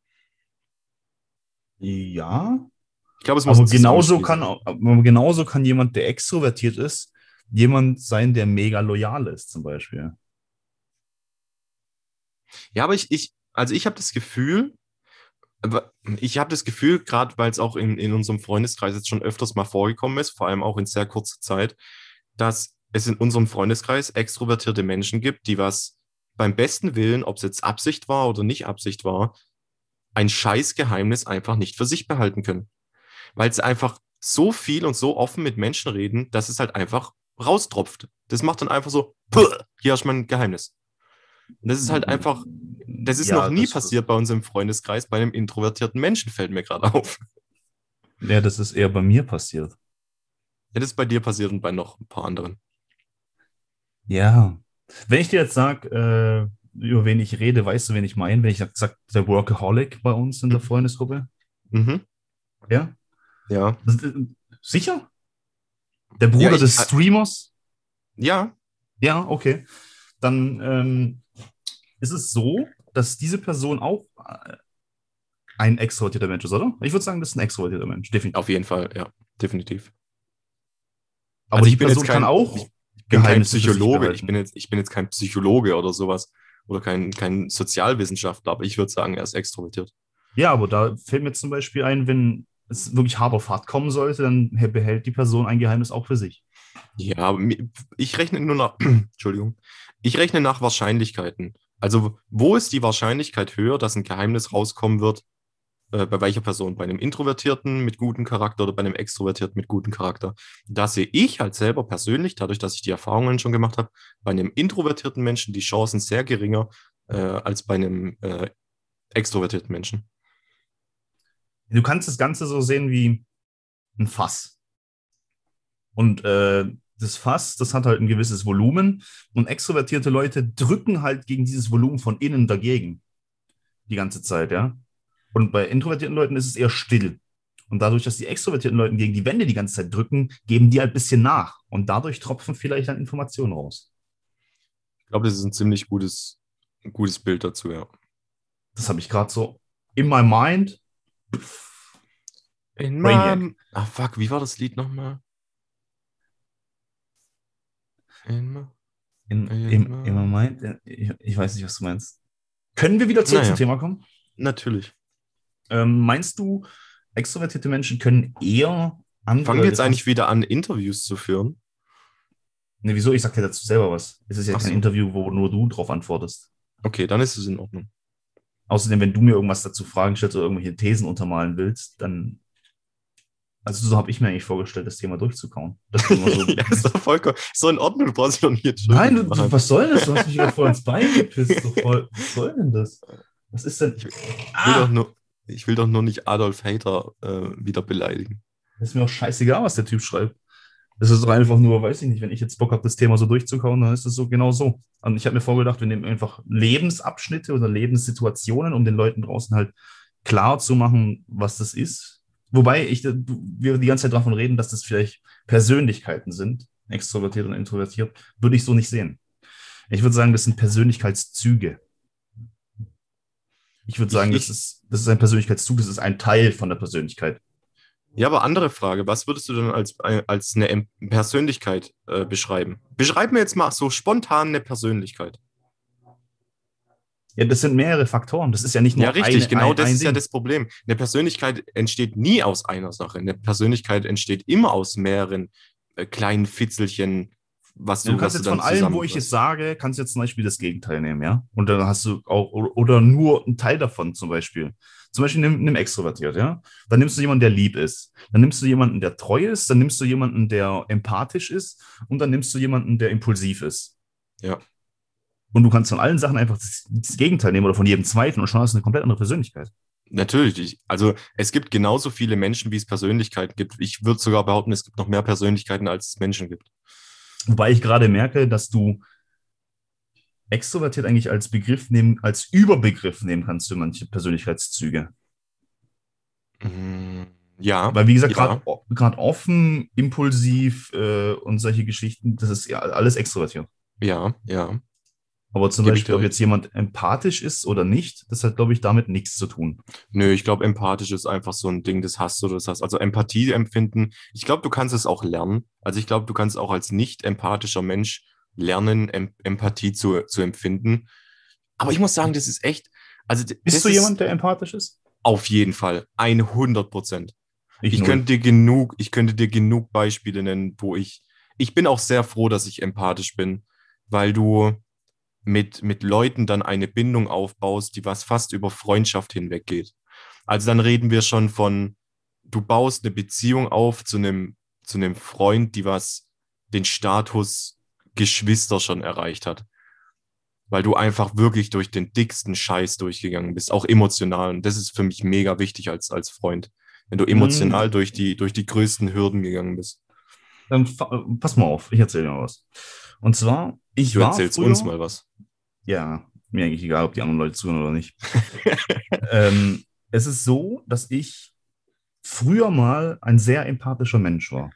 Ja, Ich glaube, es muss aber ein genauso Zusammenspiel kann, sein. auch- aber genauso kann jemand, der extrovertiert ist, jemand sein, der mega loyal ist, zum Beispiel. Ja, aber ich, ich, also ich habe das Gefühl, aber ich habe das Gefühl, gerade weil es auch in, in unserem Freundeskreis jetzt schon öfters mal vorgekommen ist, vor allem auch in sehr kurzer Zeit, dass es in unserem Freundeskreis extrovertierte Menschen gibt, die was beim besten Willen, ob es jetzt Absicht war oder nicht Absicht war, ein Scheißgeheimnis einfach nicht für sich behalten können. Weil sie einfach so viel und so offen mit Menschen reden, dass es halt einfach raustropft. Das macht dann einfach so, "Puh, hier ist mein Geheimnis." Und das ist halt einfach, das ist noch Ja, nie das, das, passiert bei uns im Freundeskreis, bei einem introvertierten Menschen, fällt mir gerade auf. ja, das ist eher bei mir passiert. Ja, das ist bei dir passiert und bei noch ein paar anderen. Ja. Wenn ich dir jetzt sage, äh, über wen ich rede, weißt du, wen ich meine? Wenn ich sage, der Workaholic bei uns in der Freundesgruppe? Mhm. Ja? Ja. Das, äh, sicher? Der Ja, Bruder ich, des äh, Streamers? ja, Ja, okay. Dann ähm, ist es so, dass diese Person auch äh, ein extrovertierter Mensch ist, oder? Ich würde sagen, das ist ein extrovertierter Mensch, auf definitiv. jeden Fall, ja, definitiv. Aber Also die ich bin jetzt Person kann kein, auch ich, ich bin kein Geheimnisse für sich Psychologe, ich bin behalten. jetzt, ich bin jetzt kein Psychologe oder sowas oder kein, kein Sozialwissenschaftler, aber ich würde sagen, er ist extrovertiert. Ja, aber da fällt mir zum Beispiel ein, wenn es wirklich hart auf hart kommen sollte, dann behält die Person ein Geheimnis auch für sich. Ja, mi- ich rechne nur nach, Entschuldigung, ich rechne nach Wahrscheinlichkeiten. Also, wo ist die Wahrscheinlichkeit höher, dass ein Geheimnis rauskommen wird? Äh, bei welcher Person? Bei einem Introvertierten mit gutem Charakter oder bei einem Extrovertierten mit gutem Charakter? Da sehe ich halt selber persönlich, dadurch, dass ich die Erfahrungen schon gemacht habe, bei einem introvertierten Menschen die Chancen sehr geringer äh, als bei einem äh, extrovertierten Menschen. Du kannst das Ganze so sehen wie ein Fass. Und äh, das Fass, das hat halt ein gewisses Volumen und extrovertierte Leute drücken halt gegen dieses Volumen von innen dagegen die ganze Zeit, ja. Und bei introvertierten Leuten ist es eher still. Und dadurch, dass die extrovertierten Leute gegen die Wände die ganze Zeit drücken, geben die halt ein bisschen nach. Und dadurch tropfen vielleicht dann Informationen raus. Ich glaube, das ist ein ziemlich gutes, ein gutes Bild dazu, ja. Das habe ich gerade so in my mind. In Brainiac. meinem. Ah, fuck, wie war das Lied nochmal? In, ma- In, in, im, in my ma- mind. Ich, ich weiß nicht, was du meinst. Können wir wieder zurück zum Naja, Thema kommen? natürlich. Ähm, meinst du, extrovertierte Menschen können eher Fangen wir andere jetzt eigentlich fast. wieder an, Interviews zu führen? Ne, wieso? Ich sag dir dazu selber was. Es ist ja Ach kein so. Interview, wo nur du drauf antwortest. Okay, dann ist es in Ordnung. Außerdem, wenn du mir irgendwas dazu Fragen stellst oder irgendwelche Thesen untermalen willst, dann. Also so habe ich mir eigentlich vorgestellt, das Thema durchzukauen. Dass du immer so. Ja, ist doch vollkommen. Ist doch in Ordnung, du brauchst dich doch nicht Nein, du, entschuldigen, du, Mann. was soll das? Du hast mich gerade voll ins Bein gepisst. So voll, was soll denn das? Was ist denn. Ich, ich will doch Ah! nur, ich will doch nur nicht Adolf Hitler äh, wieder beleidigen. Das ist mir auch scheißegal, was der Typ schreibt. Das ist doch einfach nur, weiß ich nicht, wenn ich jetzt Bock habe, das Thema so durchzukauen, dann ist es so genau so. Und ich habe mir vorgedacht, wir nehmen einfach Lebensabschnitte oder Lebenssituationen, um den Leuten draußen halt klar zu machen, was das ist. Wobei ich, wir die ganze Zeit davon reden, dass das vielleicht Persönlichkeiten sind, extrovertiert und introvertiert, würde ich so nicht sehen. Ich würde sagen, das sind Persönlichkeitszüge. Ich würde Ich, sagen, das ich, ist, das ist ein Persönlichkeitszug, das ist ein Teil von der Persönlichkeit. ja, aber andere Frage. Was würdest du denn als, äh, als eine Em- Persönlichkeit äh, beschreiben? Beschreib mir jetzt mal so spontan eine Persönlichkeit. Ja, das sind mehrere Faktoren. Das ist ja nicht Ja, nur richtig, eine, genau ein, das ein ist ja Ding. das Problem. Eine Persönlichkeit entsteht nie aus einer Sache. Eine Persönlichkeit entsteht immer aus mehreren äh, kleinen Fitzelchen, was Ja, du du, was kannst du jetzt von dann allem, wo ich jetzt zusammenfasst. sage, kannst du jetzt zum Beispiel das Gegenteil nehmen, ja? Und dann hast du auch, oder nur einen Teil davon zum Beispiel. Zum Beispiel nimm, nimm extrovertiert, ja? Dann nimmst du jemanden, der lieb ist. Dann nimmst du jemanden, der treu ist. Dann nimmst du jemanden, der empathisch ist. Und dann nimmst du jemanden, der impulsiv ist. Ja, Und du kannst von allen Sachen einfach das, das Gegenteil nehmen oder von jedem zweiten und schon hast du eine komplett andere Persönlichkeit. natürlich. Ich, also es gibt genauso viele Menschen, wie es Persönlichkeiten gibt. Ich würde sogar behaupten, es gibt noch mehr Persönlichkeiten, als es Menschen gibt. Wobei ich gerade merke, dass du extrovertiert eigentlich als Begriff nehmen, als Überbegriff nehmen kannst für manche Persönlichkeitszüge. Mm, ja, Weil, wie gesagt, gerade ja, gerade offen, impulsiv äh, und solche Geschichten, das ist ja alles extrovertiert. ja, ja. Aber zum Gebe ich Beispiel, dir ob jetzt recht. jemand empathisch ist oder nicht, das hat, glaube ich, damit nichts zu tun. Nö, ich glaube, empathisch ist einfach so ein Ding, das hast du oder das hast. Also Empathie empfinden. Ich glaube, du kannst es auch lernen. Also ich glaube, du kannst auch als nicht empathischer Mensch lernen, em Empathie zu, zu empfinden. Aber ich muss sagen, das ist echt, also d- Bist das du jemand, ist der empathisch ist? auf jeden Fall hundert Prozent. Ich Ich null. könnte dir genug, ich könnte dir genug Beispiele nennen, wo ich, ich bin auch sehr froh, dass ich empathisch bin, weil du mit, mit Leuten dann eine Bindung aufbaust, die was fast über Freundschaft hinweggeht. Also dann reden wir schon von, du baust eine Beziehung auf zu einem, zu einem Freund, die was den Status Geschwister schon erreicht hat. Weil du einfach wirklich durch den dicksten Scheiß durchgegangen bist, auch emotional. Und das ist für mich mega wichtig als, als Freund, wenn du emotional Hm, durch die, durch die größten Hürden gegangen bist. dann fa- pass mal auf, ich erzähle dir mal was. Und zwar, ich Du war erzählst uns früher, mal was. ja, mir eigentlich egal, ob die anderen Leute zuhören oder nicht. Ähm, es ist so, dass ich früher mal ein sehr empathischer Mensch war.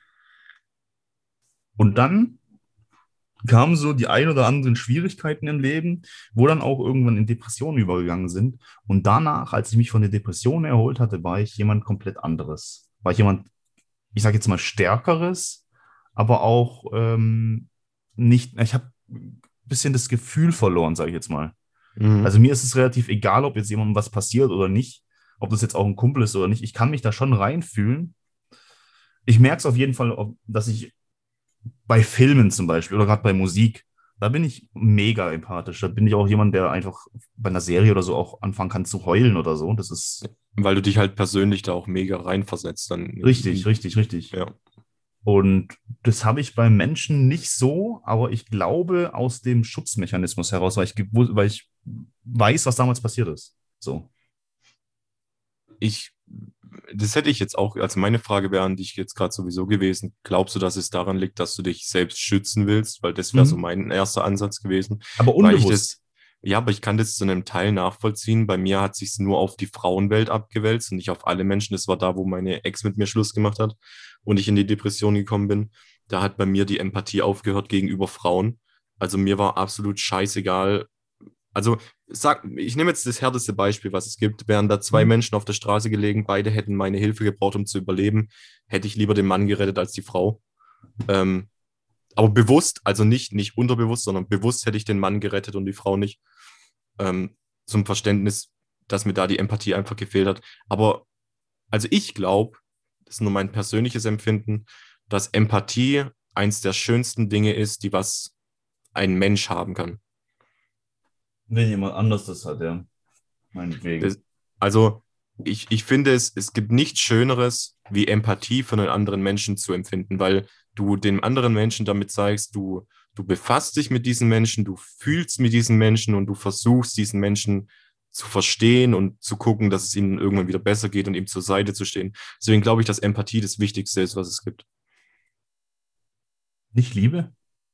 Und dann kamen so die ein oder anderen Schwierigkeiten im Leben, wo dann auch irgendwann in Depressionen übergegangen sind. Und danach, als ich mich von der Depression erholt hatte, war ich jemand komplett anderes. War ich jemand, ich sage jetzt mal, stärkeres, aber auch ähm, nicht, ich habe ein bisschen das Gefühl verloren, sage ich jetzt mal. Mhm. Also mir ist es relativ egal, ob jetzt jemandem was passiert oder nicht, ob das jetzt auch ein Kumpel ist oder nicht. Ich kann mich da schon reinfühlen. Ich merke es auf jeden Fall, ob- dass ich bei Filmen zum Beispiel oder gerade bei Musik, da bin ich mega empathisch. Da bin ich auch jemand, der einfach bei einer Serie oder so auch anfangen kann zu heulen oder so. Das ist Weil du dich halt persönlich da auch mega reinversetzt dann in, richtig, in richtig, richtig. ja. Und das habe ich beim Menschen nicht so, aber ich glaube aus dem Schutzmechanismus heraus, weil ich, gewu- weil ich weiß, was damals passiert ist. So. Ich, das hätte ich jetzt auch, also meine Frage wäre an dich jetzt gerade sowieso gewesen. Glaubst du, dass es daran liegt, dass du dich selbst schützen willst? Weil das wäre so Mhm. mein erster Ansatz gewesen. Aber Weil ich unbewusst. das, ja, aber ich kann das zu einem Teil nachvollziehen. Bei mir hat sich nur auf die Frauenwelt abgewälzt und nicht auf alle Menschen. Das war da, wo meine Ex mit mir Schluss gemacht hat und ich in die Depression gekommen bin. Da hat bei mir die Empathie aufgehört gegenüber Frauen. Also mir war absolut scheißegal. Also sag, ich nehme jetzt das härteste Beispiel, was es gibt. Wären da zwei Mhm. Menschen auf der Straße gelegen, beide hätten meine Hilfe gebraucht, um zu überleben, hätte ich lieber den Mann gerettet als die Frau. Ähm, aber bewusst, also nicht, nicht unterbewusst, sondern bewusst hätte ich den Mann gerettet und die Frau nicht. Ähm, zum Verständnis, dass mir da die Empathie einfach gefehlt hat. Aber also ich glaube, das ist nur mein persönliches Empfinden, dass Empathie eins der schönsten Dinge ist, die was ein Mensch haben kann. Wenn jemand anders das hat, ja. Meinetwegen. Das, also ich, ich finde es, es gibt nichts Schöneres, wie Empathie für einen anderen Menschen zu empfinden, weil du dem anderen Menschen damit zeigst, du, du befasst dich mit diesen Menschen, du fühlst mit diesen Menschen und du versuchst, diesen Menschen zu verstehen und zu gucken, dass es ihnen irgendwann wieder besser geht und ihm zur Seite zu stehen. Deswegen glaube ich, dass Empathie das Wichtigste ist, was es gibt. Nicht Liebe?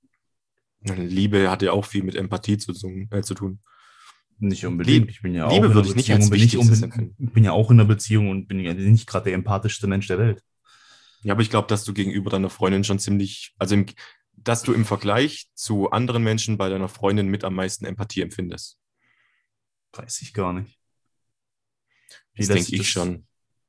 Liebe hat ja auch viel mit Empathie zu, tun- äh, zu tun. Nicht unbedingt. Lieb, Ich bin ja auch Liebe in einer würde ich nicht Beziehung und als bin nicht Wichtigstes unbedingt, empfinden. bin ja auch in einer Beziehung und bin ja nicht gerade der empathischste Mensch der Welt. Ja, aber ich glaube, dass du gegenüber deiner Freundin schon ziemlich, also im, dass du im Vergleich zu anderen Menschen bei deiner Freundin mit am meisten Empathie empfindest. Weiß ich gar nicht. Wie Das lässt denke sich ich das? schon.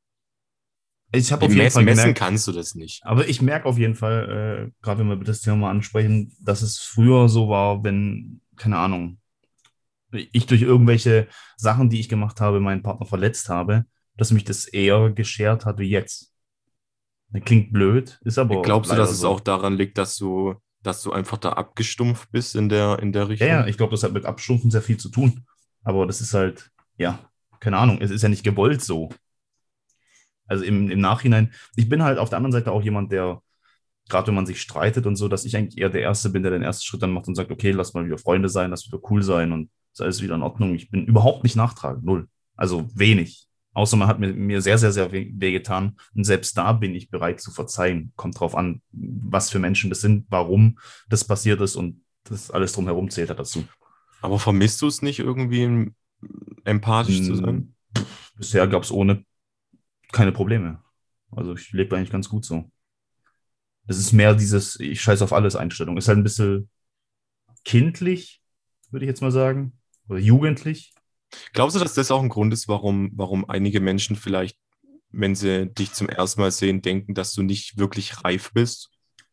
Ich habe Wie auf jeden mess, Fall messen gemerkt, kannst du das nicht. aber ich merke auf jeden Fall, äh, gerade wenn wir das Thema mal ansprechen, dass es früher so war, wenn, keine Ahnung, ich durch irgendwelche Sachen, die ich gemacht habe, meinen Partner verletzt habe, dass mich das eher geschert hat wie jetzt. Klingt blöd, ist aber Glaubst du, dass leider es auch so. daran liegt, dass du, dass du einfach da abgestumpft bist in der, in der Ja, ja, Richtung? ich glaube, das hat mit Abstumpfen sehr viel zu tun. Aber das ist halt, ja, keine Ahnung, es ist ja nicht gewollt so. Also im, im Nachhinein, ich bin halt auf der anderen Seite auch jemand, der, gerade wenn man sich streitet und so, dass ich eigentlich eher der Erste bin, der den ersten Schritt dann macht und sagt, okay, lass mal wieder Freunde sein, lass wieder cool sein und ist alles wieder in Ordnung. Ich bin überhaupt nicht nachtragend, null. Also wenig. Außer man hat mir, mir sehr, sehr, sehr weh wehgetan. Und selbst da bin ich bereit zu verzeihen. Kommt drauf an, was für Menschen das sind, warum das passiert ist und das alles drumherum zählt hat dazu. Aber vermisst du es nicht irgendwie, empathisch zu sein? Hm, bisher gab es ohne keine Probleme. Also ich lebe eigentlich ganz gut so. Es ist mehr dieses, ich scheiß auf alles Einstellung. Ist halt ein bisschen kindlich, würde ich jetzt mal sagen. Oder jugendlich. Glaubst du, dass das auch ein Grund ist, warum, warum einige Menschen vielleicht, wenn sie dich zum ersten Mal sehen, denken, dass du nicht wirklich reif bist?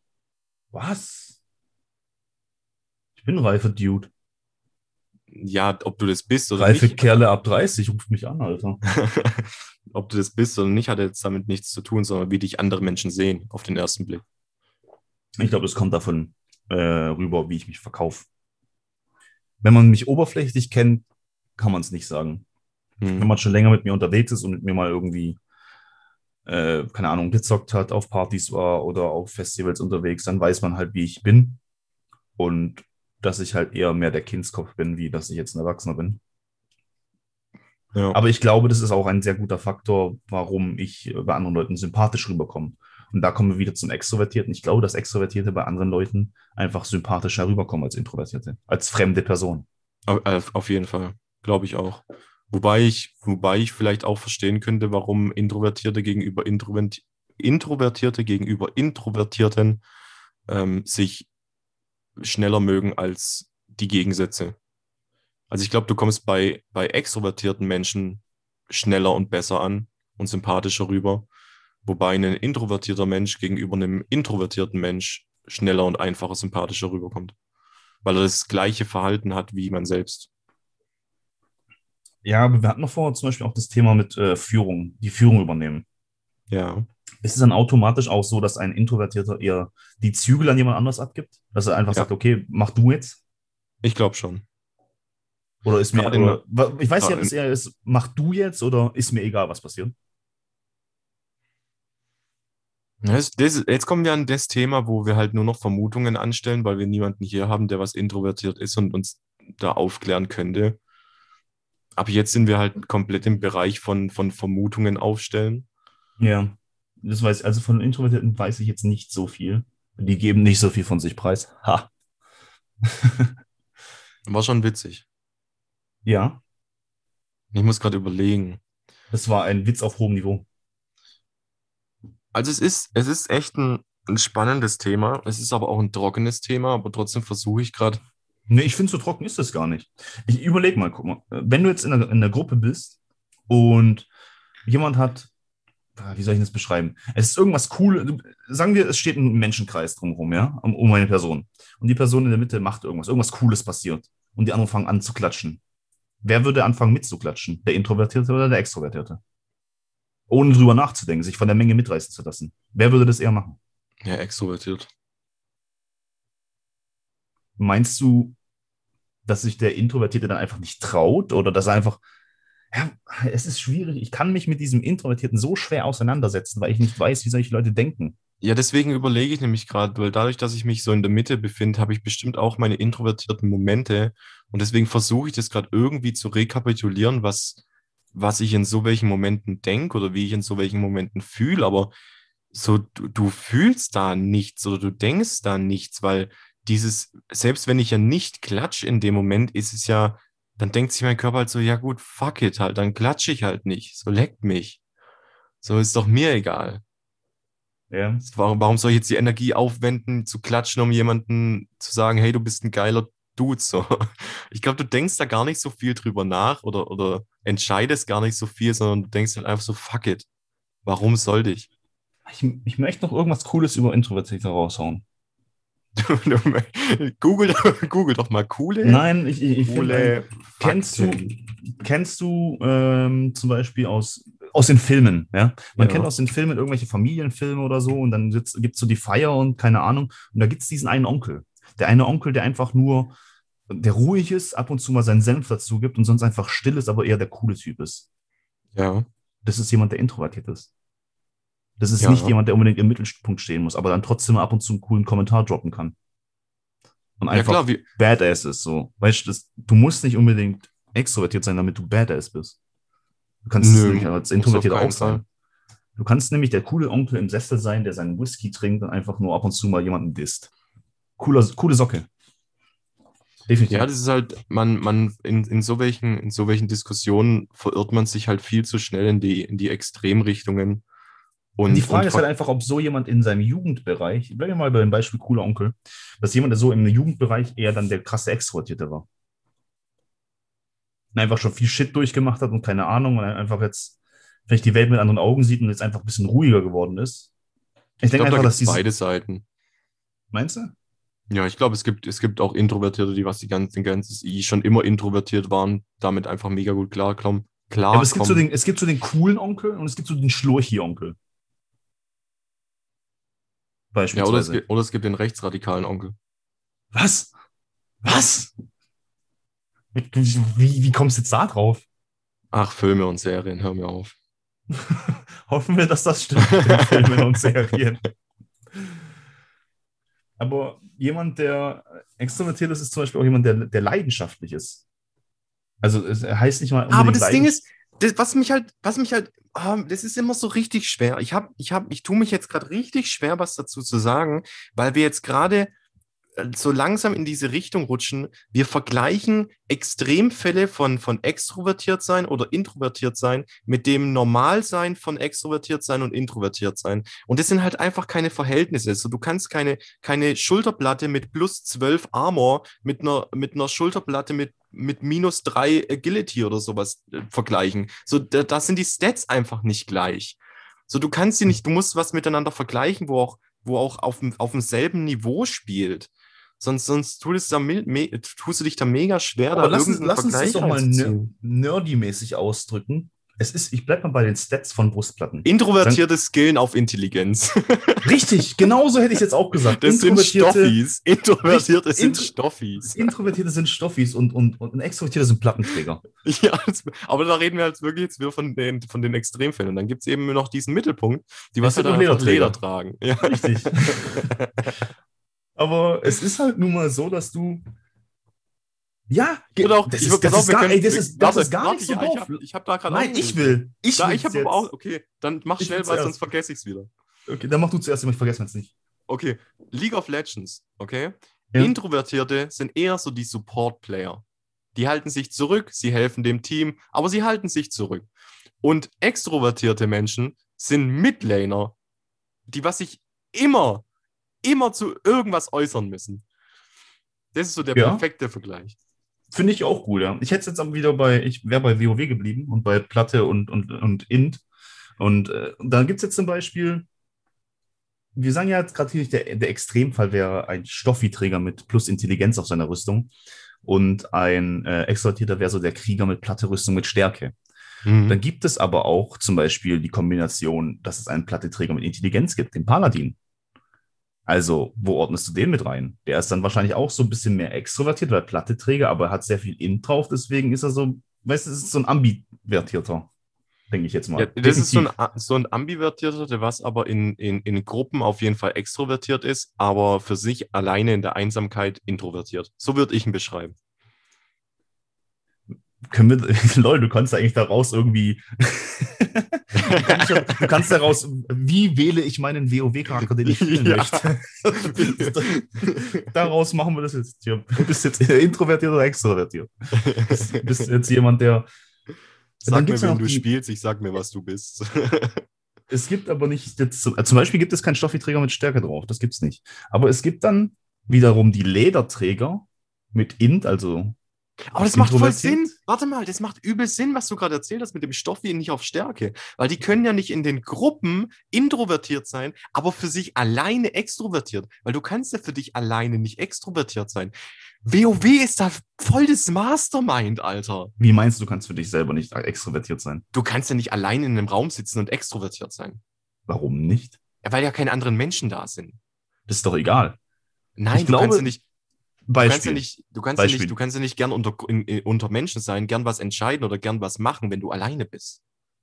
Was? Ich bin ein reifer Dude. Ja, ob du das bist oder Reife nicht, Kerle ab dreißig, ruft mich an, Alter. ob du das bist oder nicht, hat jetzt damit nichts zu tun, sondern wie dich andere Menschen sehen auf den ersten Blick. Ich glaube, es kommt davon äh, rüber, wie ich mich verkaufe. Wenn man mich oberflächlich kennt, kann man es nicht sagen. Wenn Hm. man schon länger mit mir unterwegs ist und mit mir mal irgendwie, äh, keine Ahnung, gezockt hat, auf Partys war oder auf Festivals unterwegs, dann weiß man halt, wie ich bin. Und dass ich halt eher mehr der Kindskopf bin, wie dass ich jetzt ein Erwachsener bin. Ja, Aber ich glaube, das ist auch ein sehr guter Faktor, warum ich bei anderen Leuten sympathisch rüberkomme. Und da kommen wir wieder zum Extrovertierten. Ich glaube, dass Extrovertierte bei anderen Leuten einfach sympathischer rüberkommen als Introvertierte, als fremde Person. auf, auf jeden Fall, glaube ich auch. Wobei ich, wobei ich vielleicht auch verstehen könnte, warum Introvertierte gegenüber Introvert, Introvertierte gegenüber Introvertierten ähm, sich schneller mögen als die Gegensätze. Also ich glaube, du kommst bei, bei extrovertierten Menschen schneller und besser an und sympathischer rüber, wobei ein introvertierter Mensch gegenüber einem introvertierten Mensch schneller und einfacher sympathischer rüberkommt, weil er das gleiche Verhalten hat wie man selbst. Ja, aber wir hatten noch vorher zum Beispiel auch das Thema mit äh, Führung, die Führung übernehmen. Ja, Ist es dann automatisch auch so, dass ein Introvertierter eher die Zügel an jemand anders abgibt? Dass er einfach sagt, ja, okay, mach du jetzt? ich glaube schon. Oder ist mir, Gerade in, oder ich weiß nicht, ob gerade es in, eher ist, mach du jetzt oder ist mir egal, was passiert? das, das, jetzt kommen wir an das Thema, wo wir halt nur noch Vermutungen anstellen, weil wir niemanden hier haben, der was introvertiert ist und uns da aufklären könnte. Aber jetzt sind wir halt komplett im Bereich von, von Vermutungen aufstellen. Ja, das weiß also von Introvertierten weiß ich jetzt nicht so viel. Die geben nicht so viel von sich preis. Ha. War schon witzig. Ja, Ich muss gerade überlegen. das war ein Witz auf hohem Niveau. Also es ist, es ist echt ein, ein spannendes Thema. Es ist aber auch ein trockenes Thema, aber trotzdem versuche ich gerade. Nee, ich finde, so trocken ist das gar nicht. Ich überleg mal, guck mal, wenn du jetzt in einer, in einer Gruppe bist und jemand hat, ah, wie soll ich das beschreiben? Es ist irgendwas cool, du- sagen wir, es steht ein Menschenkreis drumherum, ja, um, um eine Person. Und die Person in der Mitte macht irgendwas, irgendwas Cooles passiert. Und die anderen fangen an zu klatschen. Wer würde anfangen mitzuklatschen? Der Introvertierte oder der Extrovertierte? Ohne drüber nachzudenken, sich von der Menge mitreißen zu lassen. Wer würde das eher machen? Ja, extrovertiert. Meinst du, dass sich der Introvertierte dann einfach nicht traut oder dass er einfach, ja, es ist schwierig. Ich kann mich mit diesem Introvertierten so schwer auseinandersetzen, weil ich nicht weiß, wie solche Leute denken. Ja, deswegen überlege ich nämlich gerade, weil dadurch, dass ich mich so in der Mitte befinde, habe ich bestimmt auch meine introvertierten Momente. Und deswegen versuche ich das gerade irgendwie zu rekapitulieren, was, was ich in so welchen Momenten denke oder wie ich in so welchen Momenten fühle. Aber so, du, du fühlst da nichts oder du denkst da nichts, weil dieses, selbst wenn ich ja nicht klatsche in dem Moment, ist es ja, dann denkt sich mein Körper halt so, ja gut, fuck it halt, dann klatsche ich halt nicht. So leckt mich. So ist doch mir egal. Ja. Warum, warum soll ich jetzt die Energie aufwenden, zu klatschen, um jemanden zu sagen, hey, du bist ein geiler Dude? So. Ich glaube, du denkst da gar nicht so viel drüber nach oder, oder entscheidest gar nicht so viel, sondern du denkst halt einfach so, fuck it. Warum sollte ich? Ich, ich möchte noch irgendwas Cooles über Introvertierte raushauen. Google, Google doch mal coole, Nein, ich, ich, ich finde ein. coole Kennst du, Fakten. kennst du ähm, zum Beispiel aus, aus den Filmen, ja? Man kennt Ja, aus den Filmen irgendwelche Familienfilme oder so und dann gibt es so die Feier und keine Ahnung. Und da gibt es diesen einen Onkel. Der eine Onkel, der einfach nur, der ruhig ist, ab und zu mal seinen Senf dazu gibt und sonst einfach still ist, aber eher der coole Typ ist. ja, Das ist jemand, der introvertiert ist. Das ist nicht ja. jemand, der unbedingt im Mittelpunkt stehen muss, aber dann trotzdem ab und zu einen coolen Kommentar droppen kann. Und Ja, einfach klar, wie, Badass ist. So. Weißt du, das, du musst nicht unbedingt extrovertiert sein, damit du Badass bist. Du kannst es nämlich nö, als muss auf Introvertiert auch keinen Fall. sein. Du kannst nämlich der coole Onkel im Sessel sein, der seinen Whisky trinkt und einfach nur ab und zu mal jemanden disst. Cooler, coole Socke. Ja, Definitiv. das ist halt, man, man, in, in so welchen, in so welchen Diskussionen verirrt man sich halt viel zu schnell in die, in die Extremrichtungen. Die Und, und Frage ist halt ver- einfach, ob so jemand in seinem Jugendbereich, bleiben wir mal bei dem Beispiel cooler Onkel, dass jemand, der so im Jugendbereich eher dann der krasse Extrovertierte war. Und einfach schon viel Shit durchgemacht hat und keine Ahnung und einfach jetzt vielleicht die Welt mit anderen Augen sieht und jetzt einfach ein bisschen ruhiger geworden ist. Ich ich denke glaube, da einfach, gibt dass es diese, beide Seiten. meinst du? Ja, ich glaube, es gibt, es gibt auch Introvertierte, die was die ganze, den ganzes I schon immer introvertiert waren, damit einfach mega gut klarkommen. Ja, aber es gibt so Klarkommen. den, es gibt so den coolen Onkel und es gibt so den Schlurchi-Onkel, Ja, oder es beispielsweise. gibt, oder es gibt den rechtsradikalen Onkel. Was? Was? Wie, wie kommst du jetzt da drauf? Ach, Filme und Serien, hör mir auf. Hoffen wir, dass das stimmt mit den Filmen und Serien. Aber jemand, der extrovertiert ist, ist zum Beispiel auch jemand, der, der leidenschaftlich ist. Also es heißt nicht mal Aber unbedingt das Ding ist, leidenschaftlich. das, was mich halt, was mich halt, ah, das ist immer so richtig schwer. Ich habe, ich habe, ich tue mich jetzt gerade richtig schwer, was dazu zu sagen, weil wir jetzt gerade äh, so langsam in diese Richtung rutschen. Wir vergleichen Extremfälle von, von extrovertiert sein oder introvertiert sein mit dem Normalsein von extrovertiert sein und introvertiert sein. Und das sind halt einfach keine Verhältnisse. So, du kannst keine, keine Schulterplatte mit plus zwölf Armor mit einer, mit einer Schulterplatte mit, mit minus drei Agility oder sowas äh, vergleichen. So, da, da sind die Stats einfach nicht gleich. So, du kannst sie nicht, du musst was miteinander vergleichen, wo auch, wo auch auf, dem- auf demselben Niveau spielt. Sonst, sonst tut es da, me me tust du dich da mega schwer, Aber da lass uns, irgendeinen lass uns das Vergleich doch mal ner reinzuziehen. nerdy-mäßig ausdrücken. Es ist, ich bleib mal bei den Stats von Brustplatten. Sagen, Introvertierte Skillen auf Intelligenz. richtig, genauso hätte ich es jetzt auch gesagt. Das sind Introvertierte, Stoffis. richtig, Introvertierte sind Intro, Stoffis. Introvertierte sind Stoffis und, und, und Extrovertierte sind Plattenträger. Ja, das, aber da reden wir jetzt wirklich jetzt wieder von den, von den Extremfällen. Und dann gibt es eben noch diesen Mittelpunkt, die Es was halt gibt dann noch einfach Leder Lederträger. tragen. Ja. Richtig. Aber es ist halt nun mal so, dass du Ja, ge- Oder auch, das ich ist, pass das auf, ist wir gar, können, ey, das ist, das warte, ist gar warte, nicht so ja, ich doof. habe ich hab da gerade auch. Nein, ich will. Ich Ja, will ich habe aber jetzt. auch, okay, dann mach Ich schnell, will weil zuerst. sonst vergesse ich es wieder. Okay, dann mach du zuerst, ich vergesse es nicht. Okay, League of Legends, okay? Ja. Introvertierte sind eher so die Support-Player. Die halten sich zurück, sie helfen dem Team, aber sie halten sich zurück. Und extrovertierte Menschen sind Midlaner, die was sich immer, immer zu irgendwas äußern müssen. Das ist so der Ja. perfekte Vergleich. Finde ich auch gut, ja. Ich hätte jetzt aber wieder bei, ich wäre bei WoW geblieben und bei Platte und, und, und Int. Und äh, da gibt es jetzt zum Beispiel, wir sagen ja jetzt gerade hier, der, der Extremfall wäre ein Stoffi-Träger mit plus Intelligenz auf seiner Rüstung und ein äh, Extrovertierter wäre so der Krieger mit platte Rüstung mit Stärke. Mhm. Dann gibt es aber auch zum Beispiel die Kombination, dass es einen Platte-Träger mit Intelligenz gibt, den Paladin. Also, wo ordnest du den mit rein? Der ist dann wahrscheinlich auch so ein bisschen mehr extrovertiert, weil Platte-Träger, aber hat sehr viel Int drauf, deswegen ist er so, weißt du, es ist so ein Ambivertierter, denke ich jetzt mal. Ja, das ist so ein, Definitiv. so ein Ambivertierter, der was aber in, in, in Gruppen auf jeden Fall extrovertiert ist, aber für sich alleine in der Einsamkeit introvertiert. So würde ich ihn beschreiben. Können wir, lol, du kannst eigentlich daraus irgendwie, du, kannst schon, du kannst daraus, wie wähle ich meinen WoW-Charakter, den ich spielen Ja. möchte? Daraus machen wir das jetzt. Hier. Bist jetzt introvertiert oder extrovertiert? Bist, bist jetzt jemand, der. Sag Dann mir, gibt's ja wenn noch du die, spielst, ich sag mir, was du bist. es gibt aber nicht, jetzt, zum zum Beispiel gibt es keinen Stoffi-Träger mit Stärke drauf, das gibt es nicht. Aber es gibt dann wiederum die Lederträger mit Int, also Aber das macht voll introvertiert. Sinn. Warte mal, das macht übel Sinn, was du gerade erzählt hast mit dem Stoffi nicht auf Stärke. Weil die können ja nicht in den Gruppen introvertiert sein, aber für sich alleine extrovertiert. Weil du kannst ja für dich alleine nicht extrovertiert sein. WoW ist da voll das Mastermind, Alter. Wie meinst du, du kannst für dich selber nicht extrovertiert sein? Du kannst ja nicht alleine in einem Raum sitzen und extrovertiert sein. Warum nicht? Ja, weil ja keine anderen Menschen da sind. Das ist doch egal. Nein, Ich du kannst glaube, ja nicht. Du kannst ja Beispiel. nicht, du kannst ja Beispiel. nicht, du kannst ja nicht gern unter, in, in, unter Menschen sein, gern was entscheiden oder gern was machen, wenn du alleine bist.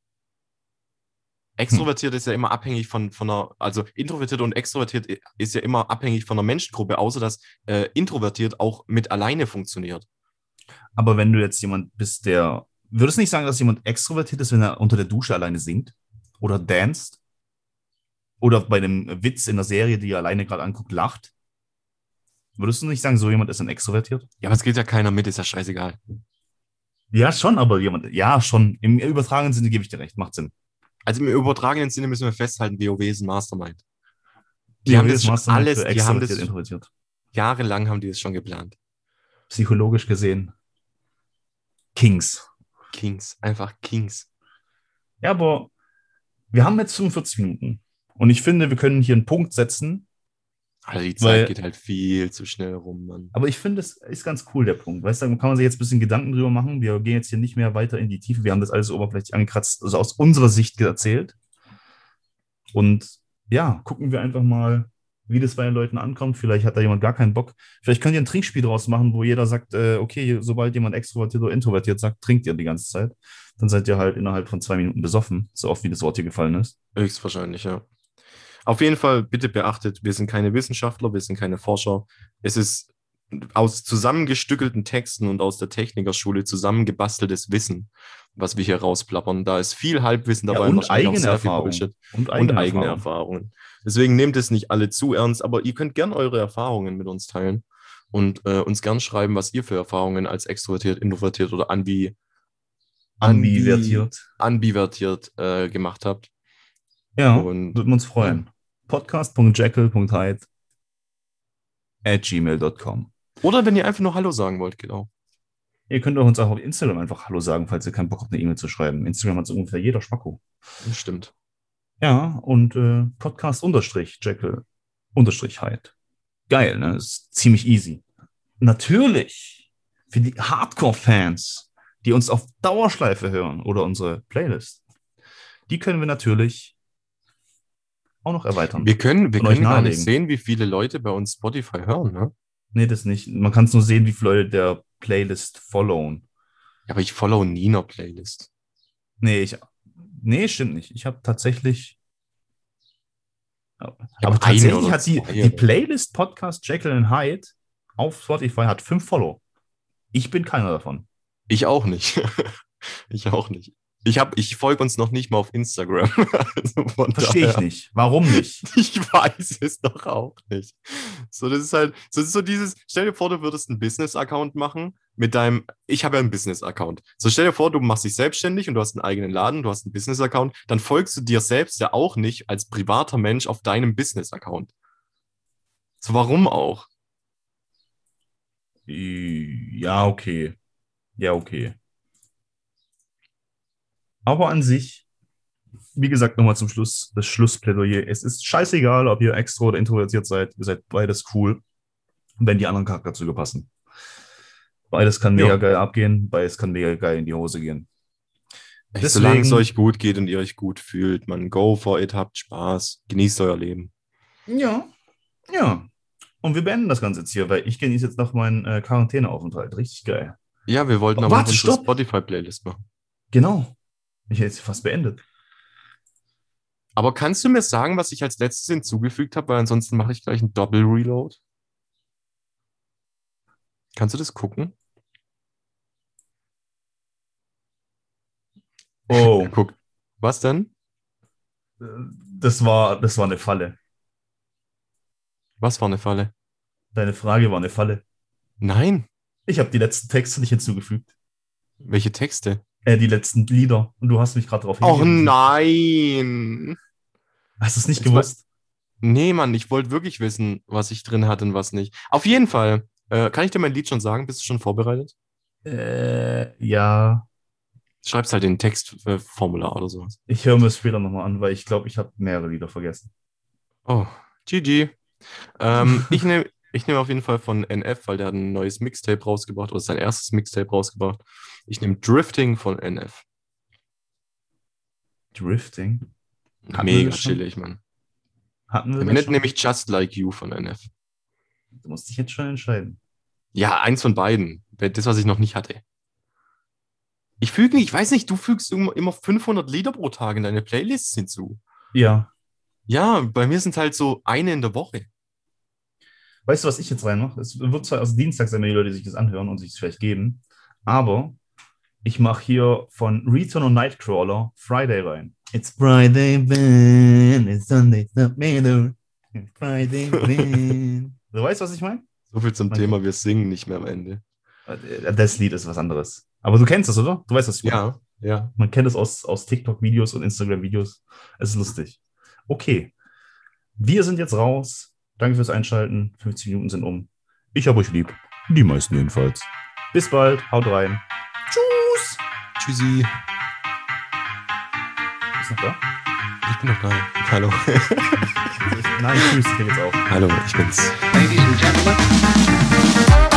Extrovertiert ist ja immer abhängig von, von einer, also introvertiert und extrovertiert ist ja immer abhängig von einer Menschengruppe, außer dass äh, introvertiert auch mit alleine funktioniert. Aber wenn du jetzt jemand bist, der. Würdest du nicht sagen, dass jemand extrovertiert ist, wenn er unter der Dusche alleine singt? Oder danst? Oder bei einem Witz in der Serie, die er alleine gerade anguckt, lacht? Würdest du nicht sagen, so jemand ist dann extrovertiert? Ja, aber es geht ja keiner mit, ist ja scheißegal. Ja, schon, aber jemand. Ja, schon. Im übertragenen Sinne gebe ich dir recht. Macht Sinn. Also im übertragenen Sinne müssen wir festhalten, WoW ist ein Mastermind. Die WoW haben das ist schon Mastermind alles, für die haben extrovertiert, das introvertiert. jahrelang haben die das schon geplant. Psychologisch gesehen. Kings. Kings, einfach Kings. Ja, aber wir haben jetzt fünfundvierzig Minuten. Und ich finde, wir können hier einen Punkt setzen. Also die Weil- Zeit geht halt viel zu schnell rum, Mann. Aber ich finde, es ist ganz cool, der Punkt. Weißt du, da kann man sich jetzt ein bisschen Gedanken drüber machen. Wir gehen jetzt hier nicht mehr weiter in die Tiefe. Wir haben das alles oberflächlich angekratzt, also aus unserer Sicht erzählt. Und ja, gucken wir einfach mal, wie das bei den Leuten ankommt. Vielleicht hat da jemand gar keinen Bock. Vielleicht könnt ihr ein Trinkspiel draus machen, wo jeder sagt, äh, okay, sobald jemand extrovertiert oder introvertiert sagt, trinkt ihr die ganze Zeit. Dann seid ihr halt innerhalb von zwei Minuten besoffen, so oft wie das Wort hier gefallen ist. Höchstwahrscheinlich, ja. Auf jeden Fall, bitte beachtet, wir sind keine Wissenschaftler, wir sind keine Forscher. Es ist aus zusammengestückelten Texten und aus der Technikerschule zusammengebasteltes Wissen, was wir hier rausplappern. Da ist viel Halbwissen Ja, dabei und wahrscheinlich auch eigene sehr viel Erfahrung. Bullshit. Und Und eigene, eigene Erfahrung. Erfahrungen. Deswegen nehmt es nicht alle zu ernst, aber ihr könnt gern eure Erfahrungen mit uns teilen und äh, uns gern schreiben, was ihr für Erfahrungen als extrovertiert, introvertiert oder ambi, Ambivertiert. ambivertiert äh, gemacht habt. Ja, Und- würden wir uns freuen. podcast punkt jekyll punkt hyde at gmail punkt com. Oder wenn ihr einfach nur Hallo sagen wollt, genau. Ihr könnt auch uns auch auf Instagram einfach Hallo sagen, falls ihr keinen Bock habt, eine E-Mail zu schreiben. Instagram hat so ungefähr jeder Spacko. Das stimmt. Ja, und äh, Podcast unterstrich Jekyll unterstrich Hyde. Geil, ne? Ist ziemlich easy. Natürlich für die Hardcore-Fans, die uns auf Dauerschleife hören oder unsere Playlist, die können wir natürlich auch noch erweitern. Wir können, wir Und euch können gar nicht nahelegen. sehen, wie viele Leute bei uns Spotify hören, ne? Nee, das nicht. Man kann es nur sehen, wie viele Leute der Playlist followen. Ja, aber ich follow nie eine Playlist. Nee, ich, nee, stimmt nicht. Ich habe tatsächlich. Aber eine tatsächlich oder hat die, zwei, die oder? Playlist Podcast Jekyll and Hyde auf Spotify hat fünf Follow. Ich bin keiner davon. Ich auch nicht. Ich auch nicht. Ich, hab- ich folge uns noch nicht mal auf Instagram. Also von Verstehe ich daher, nicht. Warum nicht? ich weiß es doch auch nicht. So, das ist halt, so, das ist so dieses, stell dir vor, du würdest einen Business-Account machen mit deinem, ich habe ja einen Business-Account. So, stell dir vor, du machst dich selbstständig und du hast einen eigenen Laden, du hast einen Business-Account, dann folgst du dir selbst ja auch nicht als privater Mensch auf deinem Business-Account. So, warum auch? Ja, okay. Ja, okay. Aber an sich, wie gesagt, nochmal zum Schluss, das Schlussplädoyer. Es ist scheißegal, ob ihr extro oder introvertiert seid. Ihr seid beides cool, wenn die anderen Charakterzüge passen. Beides kann mega Ja. geil abgehen, beides kann mega geil in die Hose gehen. Ey, solange es Deswegen, euch gut geht und ihr euch gut fühlt, man, go for it, habt Spaß, genießt euer Leben. ja, ja. Und wir beenden das Ganze jetzt hier, weil ich genieße jetzt noch meinen äh, Quarantäneaufenthalt. Richtig geil. Ja, wir wollten Oh, aber noch warte, unsere stopp! Spotify-Playlist machen. Genau. Ich hätte jetzt fast beendet. Aber kannst du mir sagen, was ich als letztes hinzugefügt habe, weil ansonsten mache ich gleich einen Doppel-Reload? Kannst du das gucken? Oh, Er guckt. Was denn? das war, das war eine Falle. Was war eine Falle? Deine Frage war eine Falle. Nein. Ich habe die letzten Texte nicht hinzugefügt. Welche Texte? Äh, die letzten Lieder. Und du hast mich gerade darauf Oh hingewiesen. nein. Hast du es nicht Es war- gewusst? Nee, Mann, ich wollte wirklich wissen, was ich drin hatte und was nicht. Auf jeden Fall. Äh, kann ich dir mein Lied schon sagen? Bist du schon vorbereitet? Äh, ja. Schreib's halt in ein Textformular oder sowas. Ich höre mir es später nochmal an, weil ich glaube, ich habe mehrere Lieder vergessen. Oh, G G. Ähm, ich nehme ich nehm auf jeden Fall von N F, weil der hat ein neues Mixtape rausgebracht oder sein erstes Mixtape rausgebracht. Ich nehme Drifting von N F. Drifting? Hatten wir Mega das schon? chillig, Mann. Hatten wir Im das Ende schon? nehme ich Just Like You von N F. Du musst dich jetzt schon entscheiden. Ja, eins von beiden. Das, was ich noch nicht hatte. Ich füge nicht, ich weiß nicht, du fügst immer immer fünfhundert Lieder pro Tag in deine Playlists hinzu. Ja. Ja, bei mir sind es halt so eine in der Woche. Weißt du, was ich jetzt reinmache? Es wird zwar erst Dienstag sein, wenn die Leute sich das anhören und sich es vielleicht geben, aber ich mache hier von Return und Nightcrawler Friday rein. It's Friday then, it's Sunday, it's not matter. It's Friday then. Du weißt, was ich meine? So viel zum Man- Thema, wir singen nicht mehr am Ende. Das Lied ist was anderes. Aber du kennst es, oder? Du weißt, was ich meine. Ja, ja. Man kennt es aus, aus TikTok-Videos und Instagram-Videos. Es ist lustig. Okay. Wir sind jetzt raus. Danke fürs Einschalten. fünfzig Minuten sind um. Ich hab euch lieb. Die meisten jedenfalls. Bis bald. Haut rein. Tschüss. Tschüssi. Bist du noch da? Ich bin noch da. Hallo. Nein, tschüss. Ich nehme jetzt auf. Hallo, ich bin's. Ladies and gentlemen.